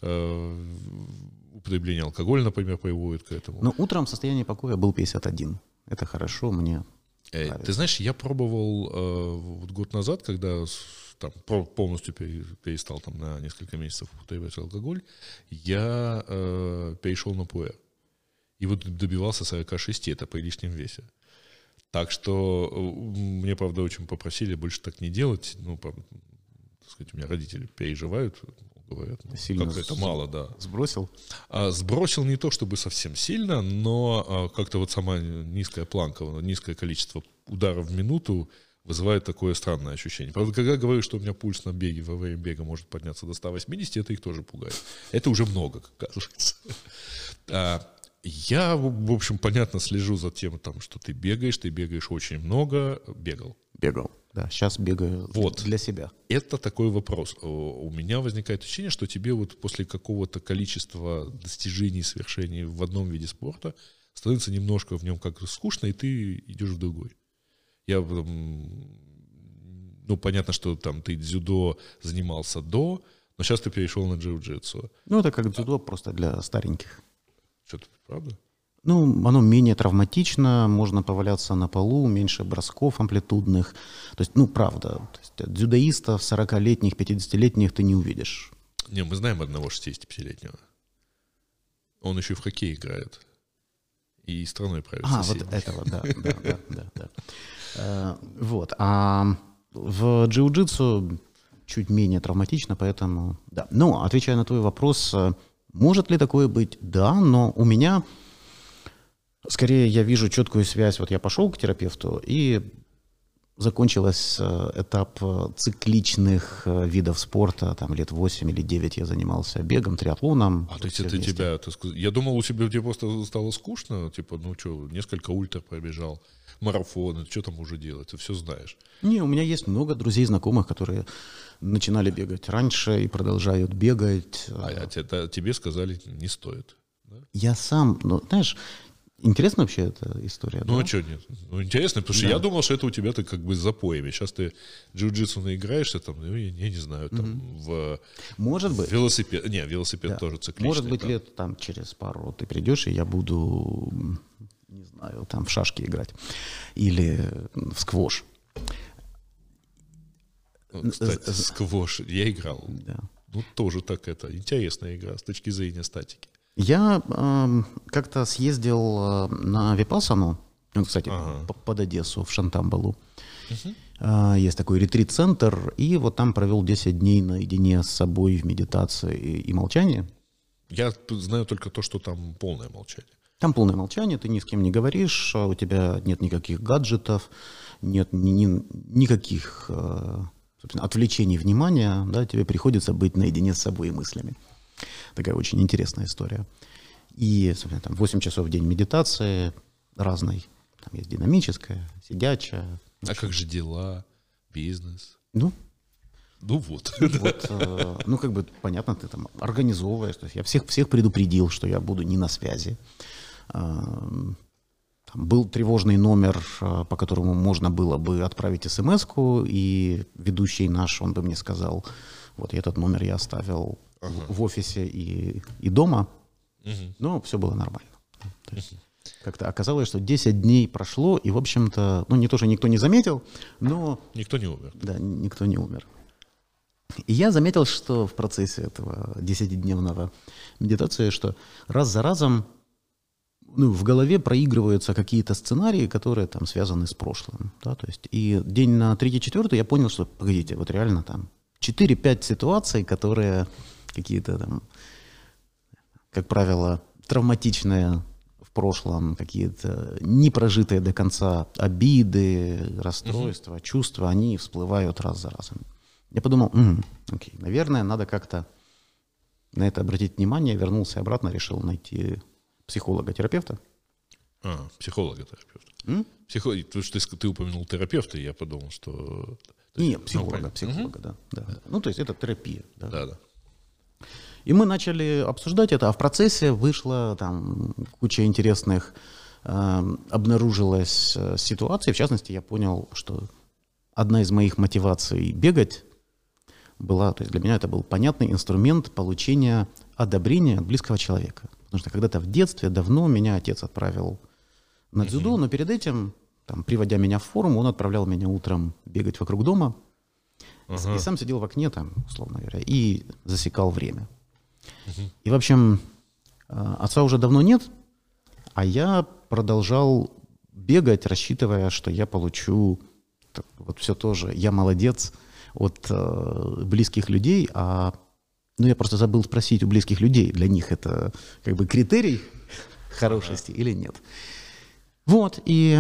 употребление алкоголя, например, приводит к этому. Ну, утром состояние покоя был пятьдесят один. Это хорошо, мне нравится. Ты знаешь, я пробовал э, вот год назад, когда там, полностью перестал там, на несколько месяцев употреблять алкоголь, я э, перешел на пуэр. И вот добивался сорок шесть, это при лишнем весе. Так что мне, правда, очень попросили больше так не делать. Ну, так сказать, у меня родители переживают, говорят, ну, как это мало, да. Сбросил? А, сбросил не то чтобы совсем сильно, но а, как-то вот сама низкая планка, низкое количество ударов в минуту вызывает такое странное ощущение. Правда, когда говорю, что у меня пульс на беге, во время бега может подняться до ста восьмидесяти, это их тоже пугает. Это уже много, как кажется. А, я, в общем, понятно, слежу за тем, там, что ты бегаешь, ты бегаешь очень много. Бегал. Бегал, да. Сейчас бегаю вот. Для себя. Это такой вопрос. У меня возникает ощущение, что тебе вот после какого-то количества достижений, свершений в одном виде спорта становится немножко в нем как-то скучно, и ты идешь в другой. Я, ну, понятно, что там ты дзюдо занимался до, но сейчас ты перешел на джиу-джитсу. Ну, это как дзюдо, а, просто для стареньких. Что-то, правда? Ну, оно менее травматично, можно поваляться на полу, меньше бросков амплитудных. То есть, ну, правда, то есть дзюдоистов сорокалетних, пятидесятилетних ты не увидишь. Не, мы знаем одного шестидесятипятилетнего. Он еще в хоккей играет. И страной правит. А, вот этого, да, да, да, да, да. А, вот. А в джиу-джитсу чуть менее травматично, поэтому да. Ну, отвечая на твой вопрос, может ли такое быть? Да, но у меня скорее я вижу четкую связь. Вот я пошел к терапевту, и закончился этап цикличных видов спорта. Там лет восемь или девять я занимался бегом, триатлоном. А то есть это тебя... Ты сказ... Я думал, у тебя тебе просто стало скучно. Типа, ну что, несколько ультра пробежал, марафоны, что там уже делать? Ты все знаешь. Не, у меня есть много друзей, знакомых, которые начинали бегать раньше и продолжают бегать. А, а тебе, тебе сказали, не стоит. Да? Я сам, ну, знаешь... Интересна вообще эта история? Ну, да? а что нет? Ну, интересно, потому что да. я думал, что это у тебя ты как бы с запоями. Сейчас ты джиу-джитсу наиграешься, там, ну, я, я не знаю, там, угу. в... Может в быть. Велосипед. Не, велосипед да. тоже цикличный. Может быть, да. лет там через пару ты придешь, и я буду, не знаю, там в шашки играть. Или в сквош. Ну, кстати, сквош я играл. Да. Ну, тоже так это. Интересная игра с точки зрения статики. Я э, как-то съездил э, на Випассану, ну, кстати, ага. под Одессу, в Шантамбалу. Угу. Э, есть такой ретрит-центр, и вот там провел десять дней наедине с собой в медитации и, и молчании. Я знаю только то, что там полное молчание. Там полное молчание, ты ни с кем не говоришь, у тебя нет никаких гаджетов, нет ни, ни, никаких э, собственно, отвлечений внимания, да, тебе приходится быть наедине с собой и мыслями. Такая очень интересная история. И, собственно, там восемь часов в день медитации разной. Там есть динамическая, сидячая. А как же дела, бизнес? Ну, ну вот. вот э, ну, как бы, понятно, ты там организовываешь. То есть я всех, всех предупредил, что я буду не на связи. Э, там был тревожный номер, э, по которому можно было бы отправить смс-ку, и ведущий наш, он бы мне сказал, вот этот номер я оставил ага. в, в офисе и, и дома, угу. но все было нормально. То есть, угу. как-то оказалось, что десять дней прошло, и, в общем-то, ну, не то, что никто не заметил, но... Никто не умер. Да, никто не умер. И я заметил, что в процессе этого десятидневного медитации, что раз за разом ну, в голове проигрываются какие-то сценарии, которые там связаны с прошлым. Да, то есть, и день на третий-четвертый я понял, что, погодите, вот реально там четыре-пять ситуаций, которые какие-то там, как правило, травматичные в прошлом, какие-то непрожитые до конца обиды, расстройства, uh-huh. чувства, они всплывают раз за разом. Я подумал, угу, окей, наверное, надо как-то на это обратить внимание. Вернулся обратно, решил найти психолога-терапевта. А, психолога-терапевта. Психо... Потому что ты, ты упомянул терапевта, и я подумал, что... Нет, психолога, ну, психолога, угу. да, да. Ну, то есть это терапия. Да. Да, да. И мы начали обсуждать это, а в процессе вышла там куча интересных, э, обнаружилась ситуаций. В частности, я понял, что одна из моих мотиваций бегать была, то есть для меня это был понятный инструмент получения одобрения от близкого человека. Потому что когда-то в детстве давно меня отец отправил на дзюдо, uh-huh. но перед этим, там, приводя меня в форму, он отправлял меня утром бегать вокруг дома uh-huh. и сам сидел в окне, там, условно говоря, и засекал время. Uh-huh. И, в общем, отца уже давно нет, а я продолжал бегать, рассчитывая, что я получу вот все тоже «я молодец» от э, близких людей, а ну, я просто забыл спросить у близких людей, для них это как бы критерий хорошести или нет. Вот, и,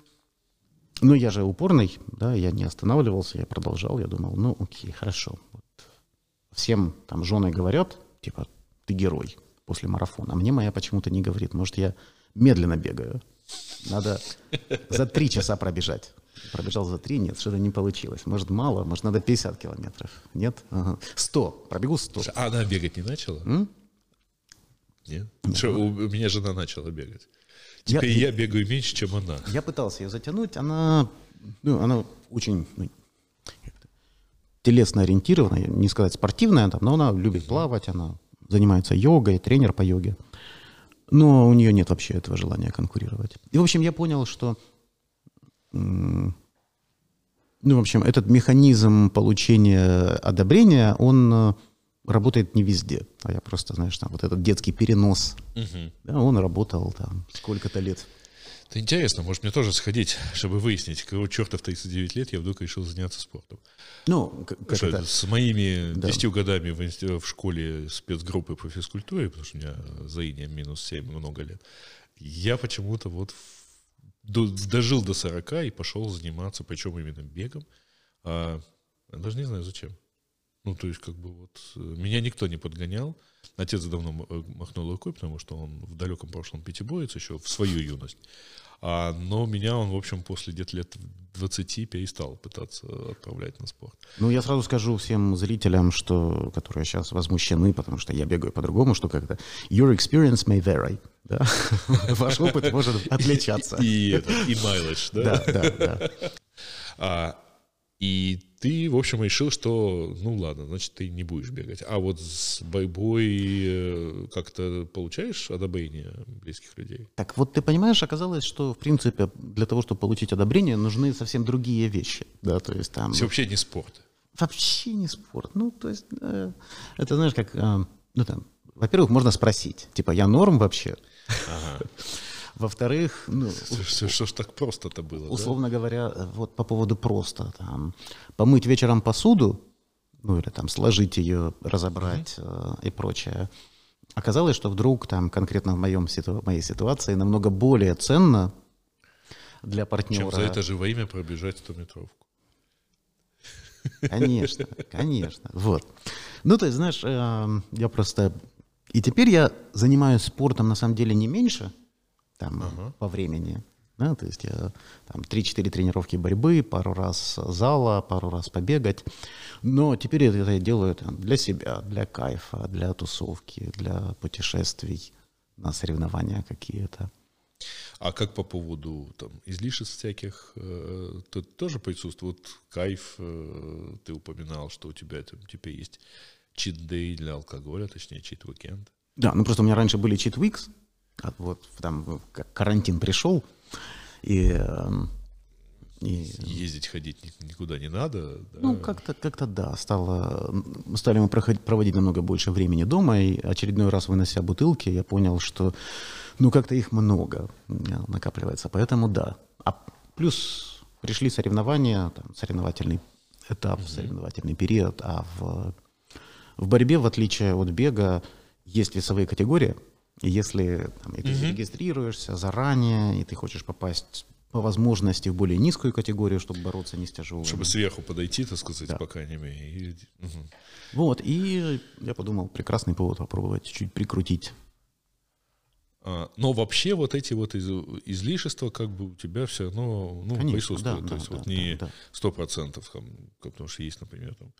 ну, я же упорный, да, я не останавливался, я продолжал, я думал, ну, окей, хорошо. Вот. Всем там жены говорят, типа, ты герой после марафона, а мне моя почему-то не говорит, может, я медленно бегаю, надо за три часа пробежать. Пробежал за три, нет, что-то не получилось. Может, мало, может, надо пятьдесят километров. Нет? Ага. сто, пробегу сто. А она бегать не начала? М? Нет? Нет. Что, у меня жена начала бегать. Теперь я, я бегаю меньше, чем она. Я пытался ее затянуть, она, ну, она очень ну, телесно ориентированная, не сказать спортивная, там, но она любит плавать, она занимается йогой, тренер по йоге. Но у нее нет вообще этого желания конкурировать. И, в общем, я понял, что, ну, в общем, этот механизм получения одобрения, он работает не везде. А я просто, знаешь, там вот этот детский перенос, угу. да, он работал там сколько-то лет. Это интересно, может мне тоже сходить, чтобы выяснить, какого черта в тридцать девять лет я вдруг решил заняться спортом. Ну, как что, это? С моими да. десятью годами в, инст... в школе спецгруппы по физкультуре, потому что у меня за инем минус семь много лет, я почему-то вот до... дожил до сорока и пошел заниматься, причем именно бегом. А... Я даже не знаю зачем. Ну, то есть, как бы вот, меня никто не подгонял. Отец давно махнул рукой, потому что он в далеком прошлом пятиборец еще в свою юность. А, но меня он, в общем, после где-то лет двадцати перестал пытаться отправлять на спорт. Ну, я сразу скажу всем зрителям, что, которые сейчас возмущены, потому что я бегаю по-другому, что как-то your experience may vary. Да? Ваш опыт может отличаться. И mileage, да? Да, да, да. И ты, в общем, решил, что, ну ладно, значит, ты не будешь бегать. А вот с борьбой как-то получаешь одобрение близких людей? Так вот, ты понимаешь, оказалось, что, в принципе, для того, чтобы получить одобрение, нужны совсем другие вещи. Да, то есть там... Это вообще не спорт. Вообще не спорт. Ну, то есть, э, это, знаешь, как... Э, ну, там, во-первых, можно спросить, типа, я норм вообще? Ага. Во-вторых, ну, что, что ж так просто-то было? Условно да? говоря, вот по поводу просто там, помыть вечером посуду, ну или там сложить ее, разобрать mm-hmm. э, и прочее. Оказалось, что вдруг там конкретно в моем, в моей ситуации намного более ценно для партнера. Чем за это же во имя пробежать стометровку. Конечно, конечно. Вот. Ну, то есть, знаешь, э, я просто... И теперь я занимаюсь спортом на самом деле не меньше, там, ага. по времени. Да, то есть я там три-четыре тренировки борьбы, пару раз зала, пару раз побегать. Но теперь это я делаю там, для себя, для кайфа, для тусовки, для путешествий на соревнования какие-то. А как по поводу там, излишеств всяких, э, тут тоже присутствует вот, кайф, э, ты упоминал, что у тебя там, теперь есть чит-дэй для алкоголя, точнее чит-уикенд. Да, ну просто у меня раньше были чит-уикс, а вот там как карантин пришел, и, и... Ездить, ходить никуда не надо. Да? Ну, как-то, как-то да, стало, стали мы проходить, проводить намного больше времени дома, и очередной раз, вынося бутылки, я понял, что ну как-то их много накапливается, поэтому да. А плюс пришли соревнования, там, соревновательный этап, mm-hmm. соревновательный период, а в, в борьбе, в отличие от бега, есть весовые категории. И если там, и ты mm-hmm. регистрируешься заранее, и ты хочешь попасть по возможности в более низкую категорию, чтобы бороться не с тяжелым. Чтобы сверху подойти, так сказать, да. по крайней мере. И... Угу. Вот, и я подумал, прекрасный повод попробовать чуть-чуть прикрутить. А, но вообще вот эти вот из, излишества как бы у тебя все равно ну, присутствуют. Да, То да, есть да, вот да, не да. сто процентов, там, потому что есть, например, там,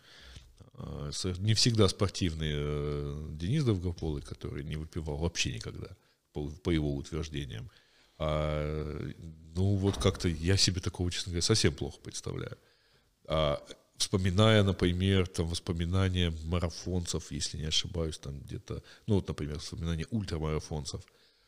не всегда спортивный э, Денис Довгополый, который не выпивал вообще никогда, по, по его утверждениям. А, ну вот как-то я себе такого, честно говоря, совсем плохо представляю. А, вспоминая, например, там воспоминания марафонцев, если не ошибаюсь, там где-то, ну вот, например, воспоминания ультрамарафонцев,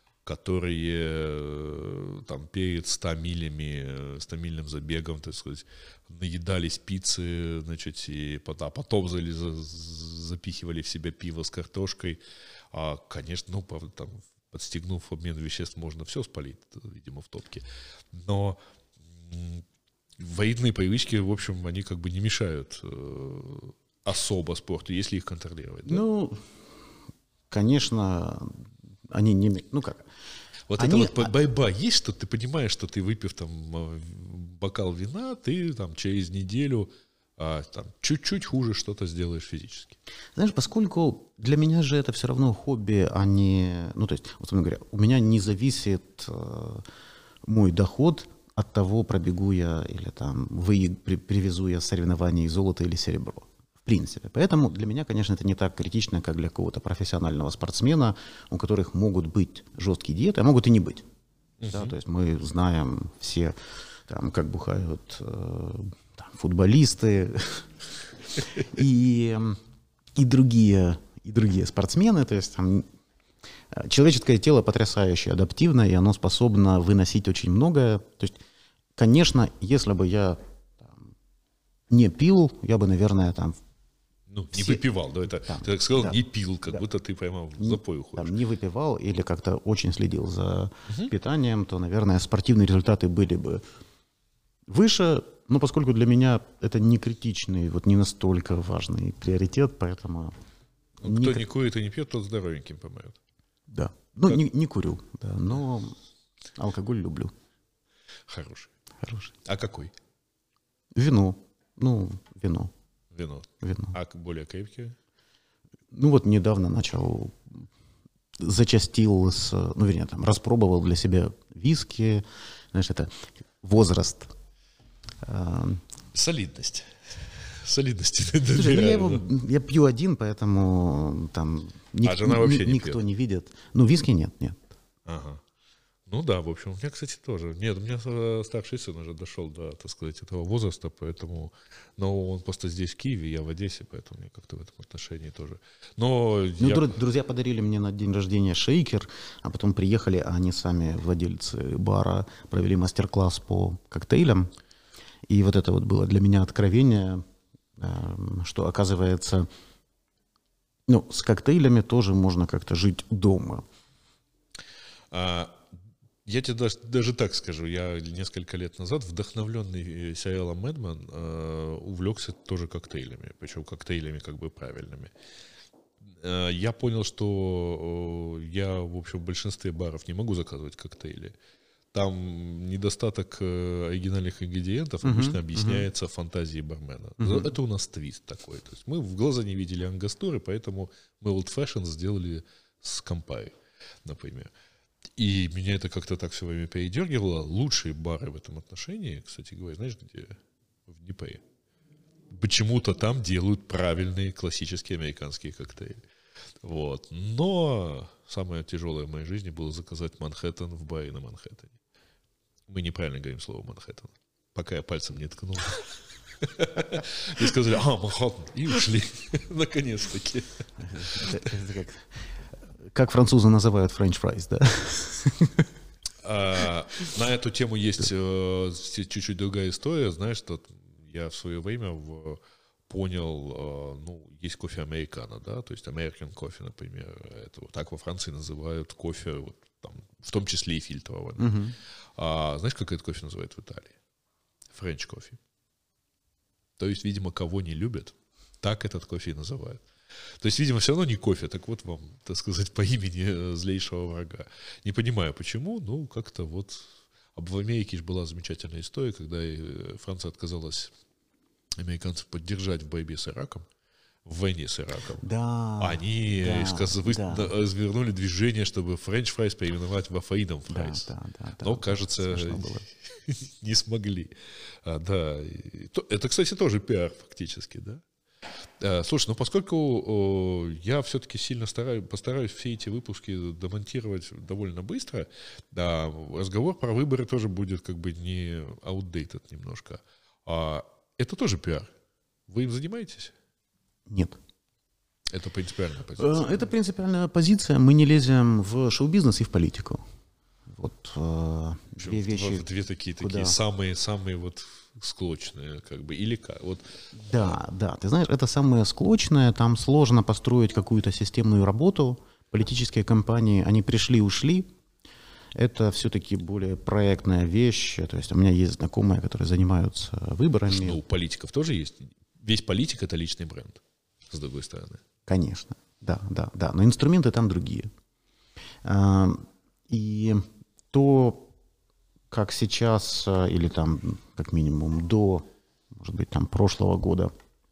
которые там перед ста милями, стамильным забегом, так сказать, наедались пиццы, значит, и потом, а потом запихивали в себя пиво с картошкой. А, конечно, ну, правда, там, подстегнув обмен веществ, можно все спалить, видимо, в топке. Но военные привычки, в общем, они как бы не мешают э, особо спорту, если их контролировать. Да? Ну, конечно, они не... Ну как? Вот они... это вот борьба есть, что ты понимаешь, что ты, выпив там бокал вина, ты там через неделю а, там, чуть-чуть хуже что-то сделаешь физически. Знаешь, поскольку для меня же это все равно хобби, а не... Ну, то есть, условно говоря, у меня не зависит э, мой доход от того, пробегу я или там вы, при, привезу я соревнования золото или серебро. В принципе. Поэтому для меня, конечно, это не так критично, как для какого-то профессионального спортсмена, у которых могут быть жесткие диеты, а могут и не быть. Uh-huh. Да, то есть мы знаем все, там, как бухают э, там, футболисты и, и, другие, и другие спортсмены. То есть там, Человеческое тело потрясающе адаптивное, и оно способно выносить очень многое. То есть, конечно, если бы я там, не пил, я бы, наверное, там... Ну, не все... выпивал, да, это, там, ты так сказал, да, не пил, как да. будто ты прямо в запой уходишь. Там, не выпивал или как-то очень следил за угу. питанием, то, наверное, спортивные результаты были бы выше, но поскольку для меня это не критичный, вот не настолько важный приоритет, поэтому... Ну, кто не, не курит и не пьет, тот здоровеньким помоет. Да. Ну, не, не курю, да, но алкоголь люблю. Хороший. Хороший. А какой? Вино. Ну, вино. Вино. Вино. А более крепкие? Ну, вот недавно начал, зачастил, с, ну, вернее, там, распробовал для себя виски. Знаешь, это возраст. Солидность. Солидности. Слушай, ну, я, его, я пью один, поэтому там ник, а жена вообще ни, не никто пьет? Не видит. Ну, виски нет, нет. Ага. Ну да, в общем, у меня, кстати, тоже. Нет, у меня старший сын уже дошел до, так сказать, этого возраста, поэтому... Но он просто здесь, в Киеве, я в Одессе, поэтому мне как-то в этом отношении тоже. Но ну, я... Друзья подарили мне на день рождения шейкер, а потом приехали, а они сами, владельцы бара, провели мастер-класс по коктейлям. И вот это вот было для меня откровение, что, оказывается, ну, с коктейлями тоже можно как-то жить дома. А, я тебе даже, даже так скажу. Я несколько лет назад, вдохновленный сериалом Mad Men, увлекся тоже коктейлями. Причем коктейлями как бы правильными. Я понял, что я, в общем, в большинстве баров не могу заказывать коктейли. Там недостаток оригинальных ингредиентов uh-huh, обычно объясняется uh-huh. фантазией бармена. Uh-huh. Это у нас твист такой. То есть мы в глаза не видели ангастуры, поэтому мы Old Fashioned сделали с Кампари, например. И меня это как-то так все время передергивало. Лучшие бары в этом отношении, кстати говоря, знаешь, где? В Днепре. Почему-то там делают правильные классические американские коктейли. Вот. Но самое тяжелое в моей жизни было заказать Манхэттен в баре на Манхэттене. Мы неправильно говорим слово Манхэттен. Пока я пальцем не ткнул. И сказали, а, Манхэттен. И ушли. Наконец-таки. Как французы называют френч фрайс, да? На эту тему есть чуть-чуть другая история. Знаешь, что я в свое время понял, ну, есть кофе американо, да, то есть American кофе, например, это вот так во Франции называют кофе, вот, там, в том числе и фильтрованный. Uh-huh. А знаешь, как этот кофе называют в Италии? Френч кофе. То есть, видимо, кого не любят, так этот кофе и называют. То есть, видимо, все равно не кофе, так вот вам, так сказать, по имени злейшего врага. Не понимаю, почему, ну, как-то вот... А в Америке же была замечательная история, когда Франция отказалась американцев поддержать в борьбе с Ираком, в войне с Ираком. Да, Они да, сказ... да. развернули движение, чтобы френч-фрайс переименовать во фридом фрайс. Да, да, да, но, да, кажется, не смогли. А, да. Это, кстати, тоже пиар фактически, да? А, слушай, ну поскольку о, я все-таки сильно стараюсь, постараюсь все эти выпуски демонтировать довольно быстро, да, разговор про выборы тоже будет как бы не outdated немножко. А это тоже пиар. Вы им занимаетесь? Нет. Это принципиальная позиция. Это принципиальная позиция. Мы не лезем в шоу-бизнес и в политику. Вот э, две вещи. Две такие, такие самые, самые вот склочные, как бы, или как? Вот. Да, да. Ты знаешь, это самое склочное. Там сложно построить какую-то системную работу. Политические кампании, они пришли, ушли. Это все-таки более проектная вещь. То есть у меня есть знакомые, которые занимаются выборами. Ну, у политиков тоже есть. Весь политик — это личный бренд, с другой стороны. Конечно, да, да, да. Но инструменты там другие. И то, как сейчас, или там, как минимум, до, может быть, там, прошлого года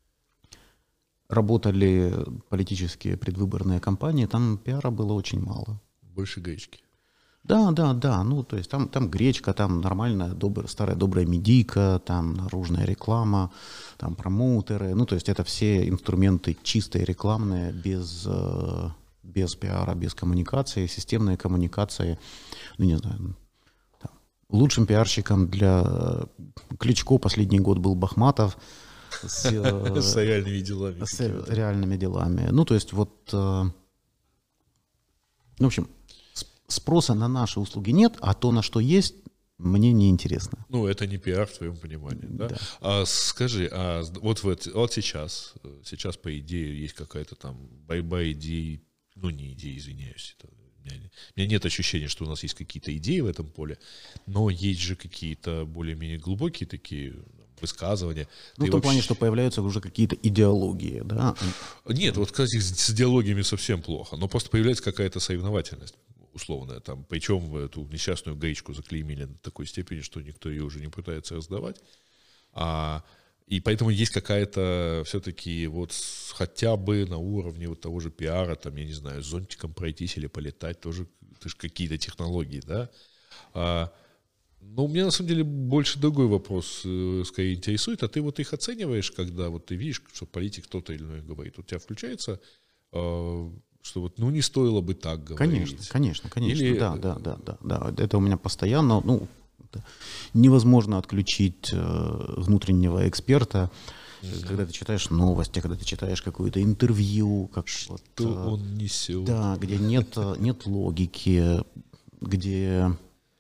работали политические предвыборные кампании, там пиара было очень мало. Больше гречки. Да, да, да. Ну, то есть там, там гречка, там нормальная, добрая, старая добрая медийка, там наружная реклама, там промоутеры. Ну, то есть это все инструменты чистые, рекламные, без, без пиара, без коммуникации, системные коммуникации. Ну, не знаю. Там. Лучшим пиарщиком для Кличко последний год был Бахматов. С, с реальными делами. С реальными делами. Ну, то есть вот... В общем, спроса на наши услуги нет, а то, на что есть, мне не интересно. Ну, это не пиар в твоем понимании, да? да. А скажи, а вот, вот, вот сейчас, сейчас, по идее, есть какая-то там борьба идей, ну, не идеи, извиняюсь, это, у, меня, у меня нет ощущения, что у нас есть какие-то идеи в этом поле, но есть же какие-то более-менее глубокие такие высказывания. Ну, в том вообще... плане, что появляются уже какие-то идеологии, да? Нет, вот, кстати, с идеологиями совсем плохо, но просто появляется какая-то соревновательность условная, там, причем эту несчастную гаечку заклеймили до такой степени, что никто ее уже не пытается раздавать. А, и поэтому есть какая-то все-таки вот хотя бы на уровне вот того же пиара, там, я не знаю, с зонтиком пройтись или полетать, тоже, это же какие-то технологии, да? А, но меня на самом деле больше другой вопрос э, скорее интересует, а ты вот их оцениваешь, когда вот ты видишь, что политик кто-то или иной говорит, у тебя включается... Э, что вот, ну, не стоило бы так говорить. Конечно, конечно, конечно, Или... да, да, да, да, да, это у меня постоянно, ну, невозможно отключить э, внутреннего эксперта, mm-hmm. когда ты читаешь новости, когда ты читаешь какое-то интервью, как что вот, э, он несет. Да, где нет, нет логики, где,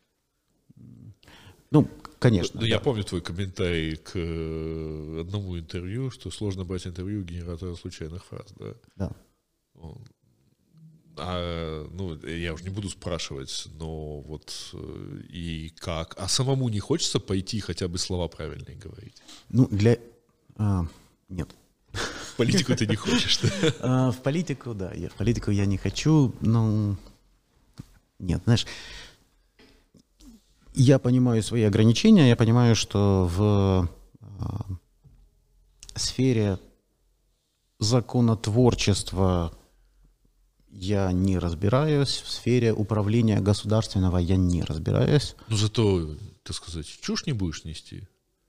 ну, конечно. Ну, да. Я помню твой комментарий к одному интервью, что сложно брать интервью у генератора случайных фраз, да? Да. Он... А, ну, я уже не буду спрашивать, но вот и как? А самому не хочется пойти хотя бы слова правильные говорить? Ну, для... А, нет. В политику ты не хочешь, да? А, в политику, да. Я, в политику я не хочу, но... Нет, знаешь, я понимаю свои ограничения, я понимаю, что в а, сфере законотворчества я не разбираюсь, в сфере управления государственного я не разбираюсь. Ну, зато, так сказать, чушь не будешь нести.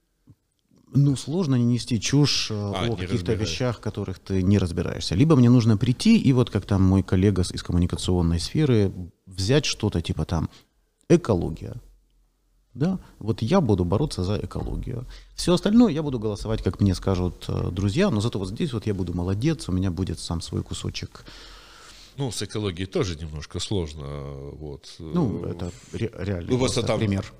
Ну, сложно не нести чушь а, о каких-то разбираюсь. вещах, в которых ты не разбираешься. Либо мне нужно прийти и вот как там мой коллега из коммуникационной сферы взять что-то типа там экология. Да, вот я буду бороться за экологию. Все остальное я буду голосовать, как мне скажут друзья, но зато вот здесь вот я буду молодец, у меня будет сам свой кусочек. Ну, с экологией тоже немножко сложно. Вот. Ну, это ре- реально ну, просто там... пример.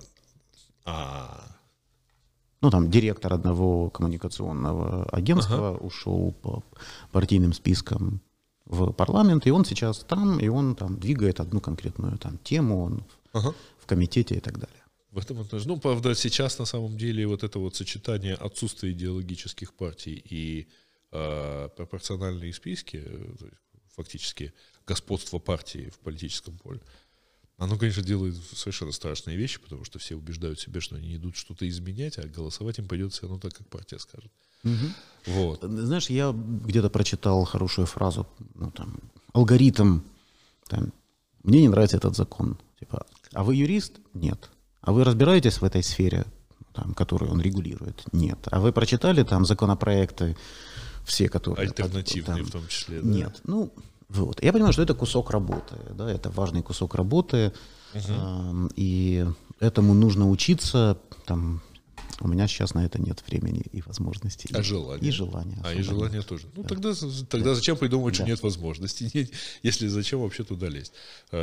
А... Ну, там директор одного коммуникационного агентства ага. ушел по партийным спискам в парламент, и он сейчас там, и он там двигает одну конкретную там тему, он ага. в комитете и так далее. В этом отношении. Ну, правда, сейчас на самом деле вот это вот сочетание отсутствия идеологических партий и э, пропорциональные списки, фактически господство партии в политическом поле, оно, конечно, делает совершенно страшные вещи, потому что все убеждают себя, что они идут что-то изменять, а голосовать им пойдет все равно так, как партия скажет. Угу. Вот. Знаешь, я где-то прочитал хорошую фразу, ну, там, алгоритм, там, мне не нравится этот закон, типа, а вы юрист? Нет. А вы разбираетесь в этой сфере, там, которую он регулирует? Нет. А вы прочитали там законопроекты, все, которые... Альтернативные там, в том числе, да? Нет. Ну, вот. Я понимаю, что это кусок работы, да, это важный кусок работы, угу. э, и этому нужно учиться, там, у меня сейчас на это нет времени и возможностей. А желания? И желания. А, и желания тоже. Ну, да. тогда, тогда да. зачем придумывать, да. что нет возможностей? Если зачем вообще туда лезть?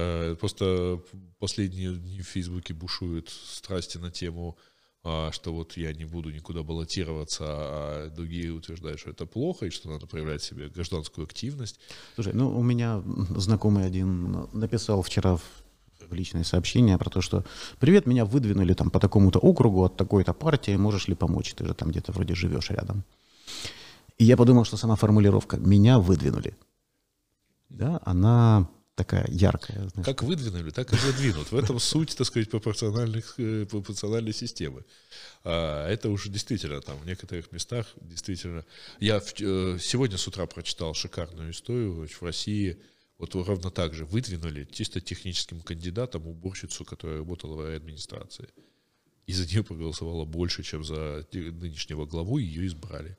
Просто последние дни в Фейсбуке бушуют страсти на тему, что вот я не буду никуда баллотироваться, а другие утверждают, что это плохо, и что надо проявлять в себе гражданскую активность. Слушай, ну, у меня знакомый один написал вчера в в личное сообщение про то, что «Привет, меня выдвинули там по такому-то округу от такой-то партии, можешь ли помочь? Ты же там где-то вроде живешь рядом». И я подумал, что сама формулировка «меня выдвинули», да, она такая яркая. Знаешь. Как выдвинули, так и задвинут. В этом суть, так сказать, пропорциональных, пропорциональной системы. А это уже действительно там в некоторых местах действительно... Я сегодня с утра прочитал шикарную историю в России. Вот ровно так же выдвинули чисто техническим кандидатом уборщицу, которая работала в администрации. И за нее проголосовало больше, чем за нынешнего главу, и ее избрали.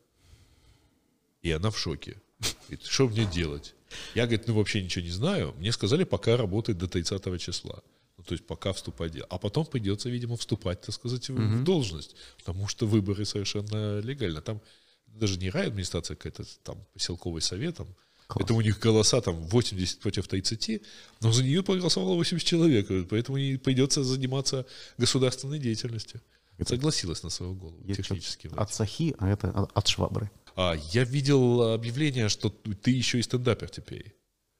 И она в шоке. Говорит, что мне делать? Я, говорит, ну вообще ничего не знаю. Мне сказали, пока работает до тридцатого числа. Ну, то есть пока вступать. А потом придется, видимо, вступать, так сказать, в, mm-hmm. в должность. Потому что выборы совершенно легально. Там даже не райадминистрация какая-то, там поселковый совет, там Класс. Это у них голоса там восемьдесят против тридцати, но за нее проголосовало восемьдесят человек, поэтому ей придется заниматься государственной деятельностью. Это согласилась на свою голову Есть технически. от сахи, а это от, от швабры. А, я видел объявление, что ты еще и стендапер теперь.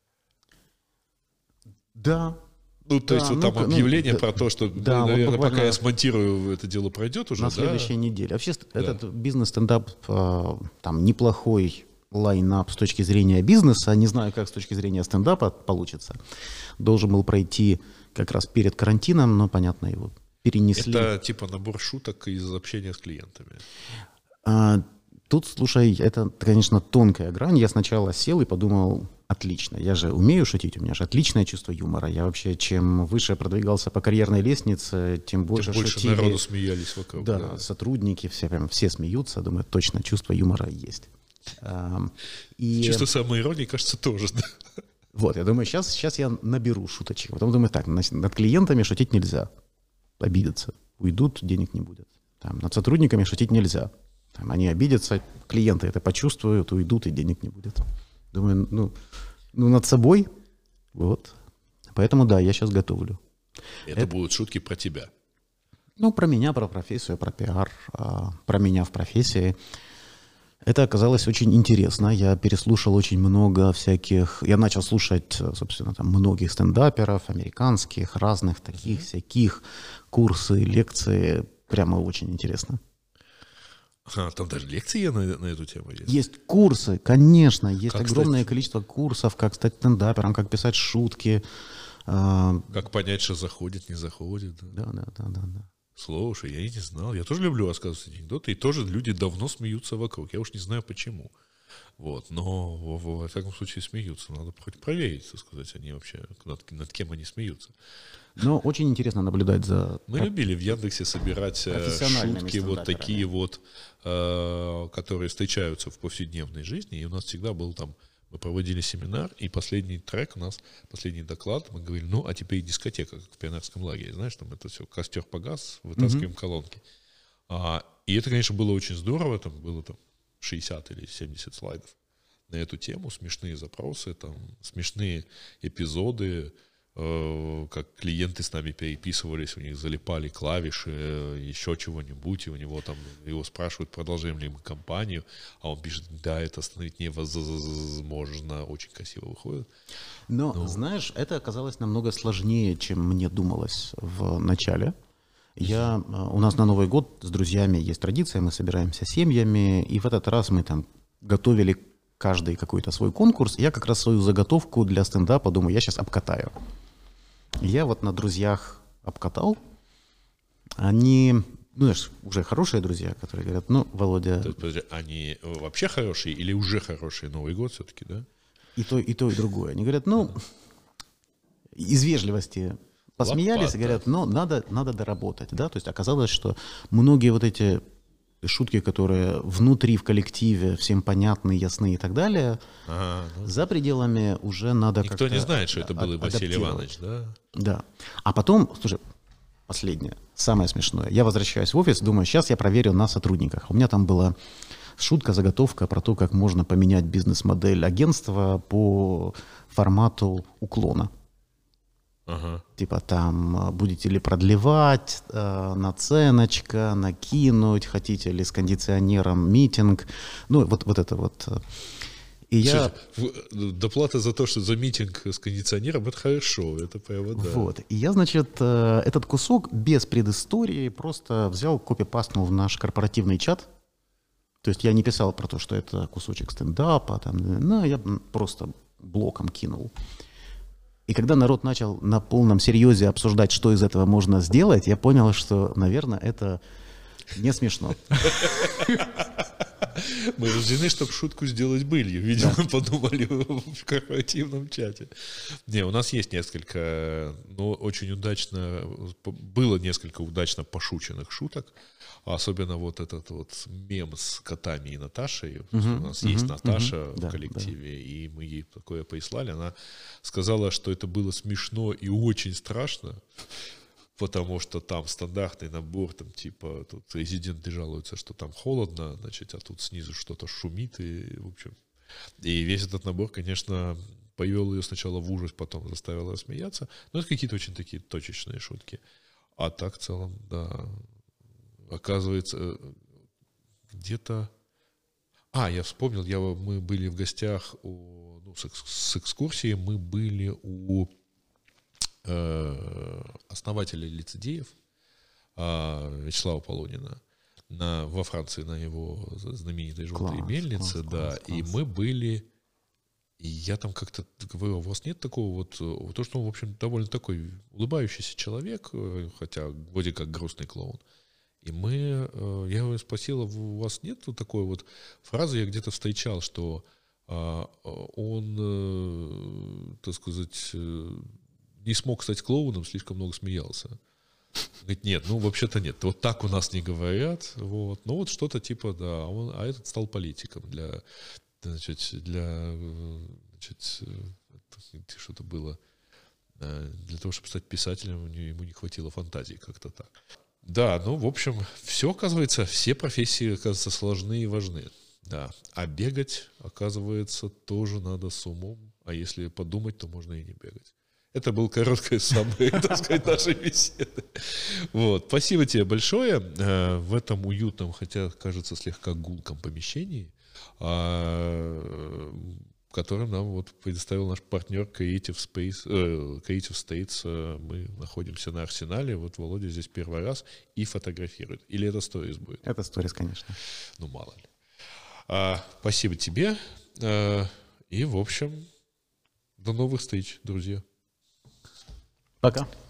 Да. Ну, то да, есть, вот ну, там объявление ну, про то, что, да, наверное, вот буквально пока я смонтирую, это дело пройдет уже, на да? следующей неделе. Вообще, Да. этот бизнес-стендап, там, неплохой лайнап с точки зрения бизнеса, не знаю, как с точки зрения стендапа получится, должен был пройти как раз перед карантином, но, понятно, его перенесли. Это типа набор шуток из общения с клиентами. А, тут, слушай, это, конечно, тонкая грань. Я сначала сел и подумал, отлично, я же умею шутить, у меня же отличное чувство юмора. Я вообще, чем выше продвигался по карьерной лестнице, тем больше Тем больше шутили. народу смеялись вокруг. Да, Да, сотрудники, все, прям, все смеются, думаю, точно, чувство юмора есть. А, и... Чувство самоиронии, кажется, тоже. Да? Вот, я думаю, сейчас, сейчас я наберу шуточек. Потом думаю, так, над, над клиентами шутить нельзя. Обидятся. Уйдут, денег не будет. Там, над сотрудниками шутить нельзя. Там, они обидятся, клиенты это почувствуют, уйдут, и денег не будет. Думаю, ну, ну над собой. Вот. Поэтому да, я сейчас готовлю. Это, это будут шутки про тебя. Ну, про меня, про профессию, про пиар, а, про меня в профессии. Это оказалось очень интересно. Я переслушал очень много всяких... Я начал слушать, собственно, там многих стендаперов, американских, разных таких, всяких, курсы, лекции. Прямо очень интересно. А, там даже лекции на, на эту тему есть? Есть курсы, конечно. Есть как огромное стать... количество курсов, как стать стендапером, как писать шутки. Как понять, что заходит, не заходит. Да, да, да, да. да. Слушай, я и не знал. Я тоже люблю рассказывать анекдоты, и тоже люди давно смеются вокруг. Я уж не знаю почему. Вот. Но, во, во, во всяком случае, смеются. Надо хоть проверить, так сказать, они вообще, над, над кем они смеются. Но очень интересно наблюдать за... Мы любили в Яндексе собирать шутки вот такие вот, э, которые встречаются в повседневной жизни. И у нас всегда был там... Мы проводили семинар, и последний трек у нас, последний доклад, мы говорили, ну, а теперь дискотека, как в пионерском лагере. Знаешь, там это все, костер погас, вытаскиваем mm-hmm. колонки. А, и это, конечно, было очень здорово, там было там шестьдесят или семьдесят слайдов на эту тему, смешные запросы, там, смешные эпизоды, э, как клиенты с нами переписывались, у них залипали клавиши, э, еще чего-нибудь, и у него там, его спрашивают, продолжаем ли мы кампанию, а он пишет, да, это остановить невозможно, очень красиво выходит. Но, Но, знаешь, это оказалось намного сложнее, чем мне думалось в начале. Я, у нас на Новый год с друзьями есть традиция, мы собираемся семьями, и в этот раз мы там готовили каждый какой-то свой конкурс. Я как раз свою заготовку для стендапа думаю, я сейчас обкатаю. Я вот на друзьях обкатал. Они, ну, знаешь, уже хорошие друзья, которые говорят, ну, Володя... То, подожди, они вообще хорошие или уже хорошие? Новый год все-таки, да? И то, и то, и другое. Они говорят, ну, из вежливости... Посмеялись Лопата. И говорят, но надо, надо доработать. Да? То есть оказалось, что многие вот эти шутки, которые внутри в коллективе всем понятны, ясны и так далее, ага, ну, за пределами уже надо никто как-то... Никто не знает, что это был и Василий адаптировать. Иванович, да? Да. А потом, слушай, последнее, самое смешное. Я возвращаюсь в офис, думаю, сейчас я проверю на сотрудниках. У меня там была шутка, заготовка про то, как можно поменять бизнес-модель агентства по формату уклона. Ага. Типа там, будете ли продлевать, э, наценочка, накинуть, хотите ли с кондиционером митинг. Ну, вот, вот это вот. И Слушайте, я... Доплата за то, что за митинг с кондиционером, это хорошо, это прямо да. Вот. И я, значит, этот кусок без предыстории просто взял, копипастнул в наш корпоративный чат. То есть я не писал про то, что это кусочек стендапа, там, ну, я просто блоком кинул. И когда народ начал на полном серьезе обсуждать, что из этого можно сделать, я понял, что, наверное, это не смешно. Мы рождены, чтобы шутку сделать былью. Видимо, да. подумали в корпоративном чате. Не, у нас есть несколько, ну, очень удачно, было несколько удачно пошученных шуток. Особенно вот этот вот мем с котами и Наташей. Uh-huh, у нас uh-huh, есть Наташа uh-huh, в да, коллективе, да. И мы ей такое прислали. Она сказала, что это было смешно и очень страшно, потому что там стандартный набор, там типа тут резиденты жалуются, что там холодно, значит, а тут снизу что-то шумит, и, в общем, И весь этот набор, конечно, повел ее сначала в ужас, потом заставил ее смеяться. Но это какие-то очень такие точечные шутки. А так в целом, да, оказывается, где-то... А, я вспомнил, я, мы были в гостях у, ну, с, с экскурсией, мы были у э, основателя лицедеев э, Вячеслава Полунина на, во Франции на его знаменитой желтой класс, мельнице, класс, да, класс, класс. И мы были, и я там как-то говорю, у вас нет такого вот, то, что он, в общем, довольно такой улыбающийся человек, хотя вроде как грустный клоун. И мы, я его спросил, у вас нет вот такой вот фразы, я где-то встречал, что он, так сказать, не смог стать клоуном, слишком много смеялся. Говорит, нет, ну вообще-то нет, вот так у нас не говорят, вот, ну вот что-то типа, да, он, а этот стал политиком для, значит, для, значит, что-то было, для того, чтобы стать писателем, ему не хватило фантазии, как-то так. Да, ну, в общем, все, оказывается, все профессии, оказывается, сложны и важны. Да. А бегать, оказывается, тоже надо с умом. А если подумать, то можно и не бегать. Это был короткое саммари, так сказать, нашей беседы. Вот. Спасибо тебе большое. В этом уютном, хотя, кажется, слегка гулком помещении, в котором нам вот предоставил наш партнер Creative Space, э, Creative States. Мы находимся на Арсенале. Вот Володя здесь первый раз и фотографирует. Или это сторис будет? Это сторис, конечно. Ну, мало ли. А, спасибо тебе. А, и, в общем, до новых встреч, друзья. Пока.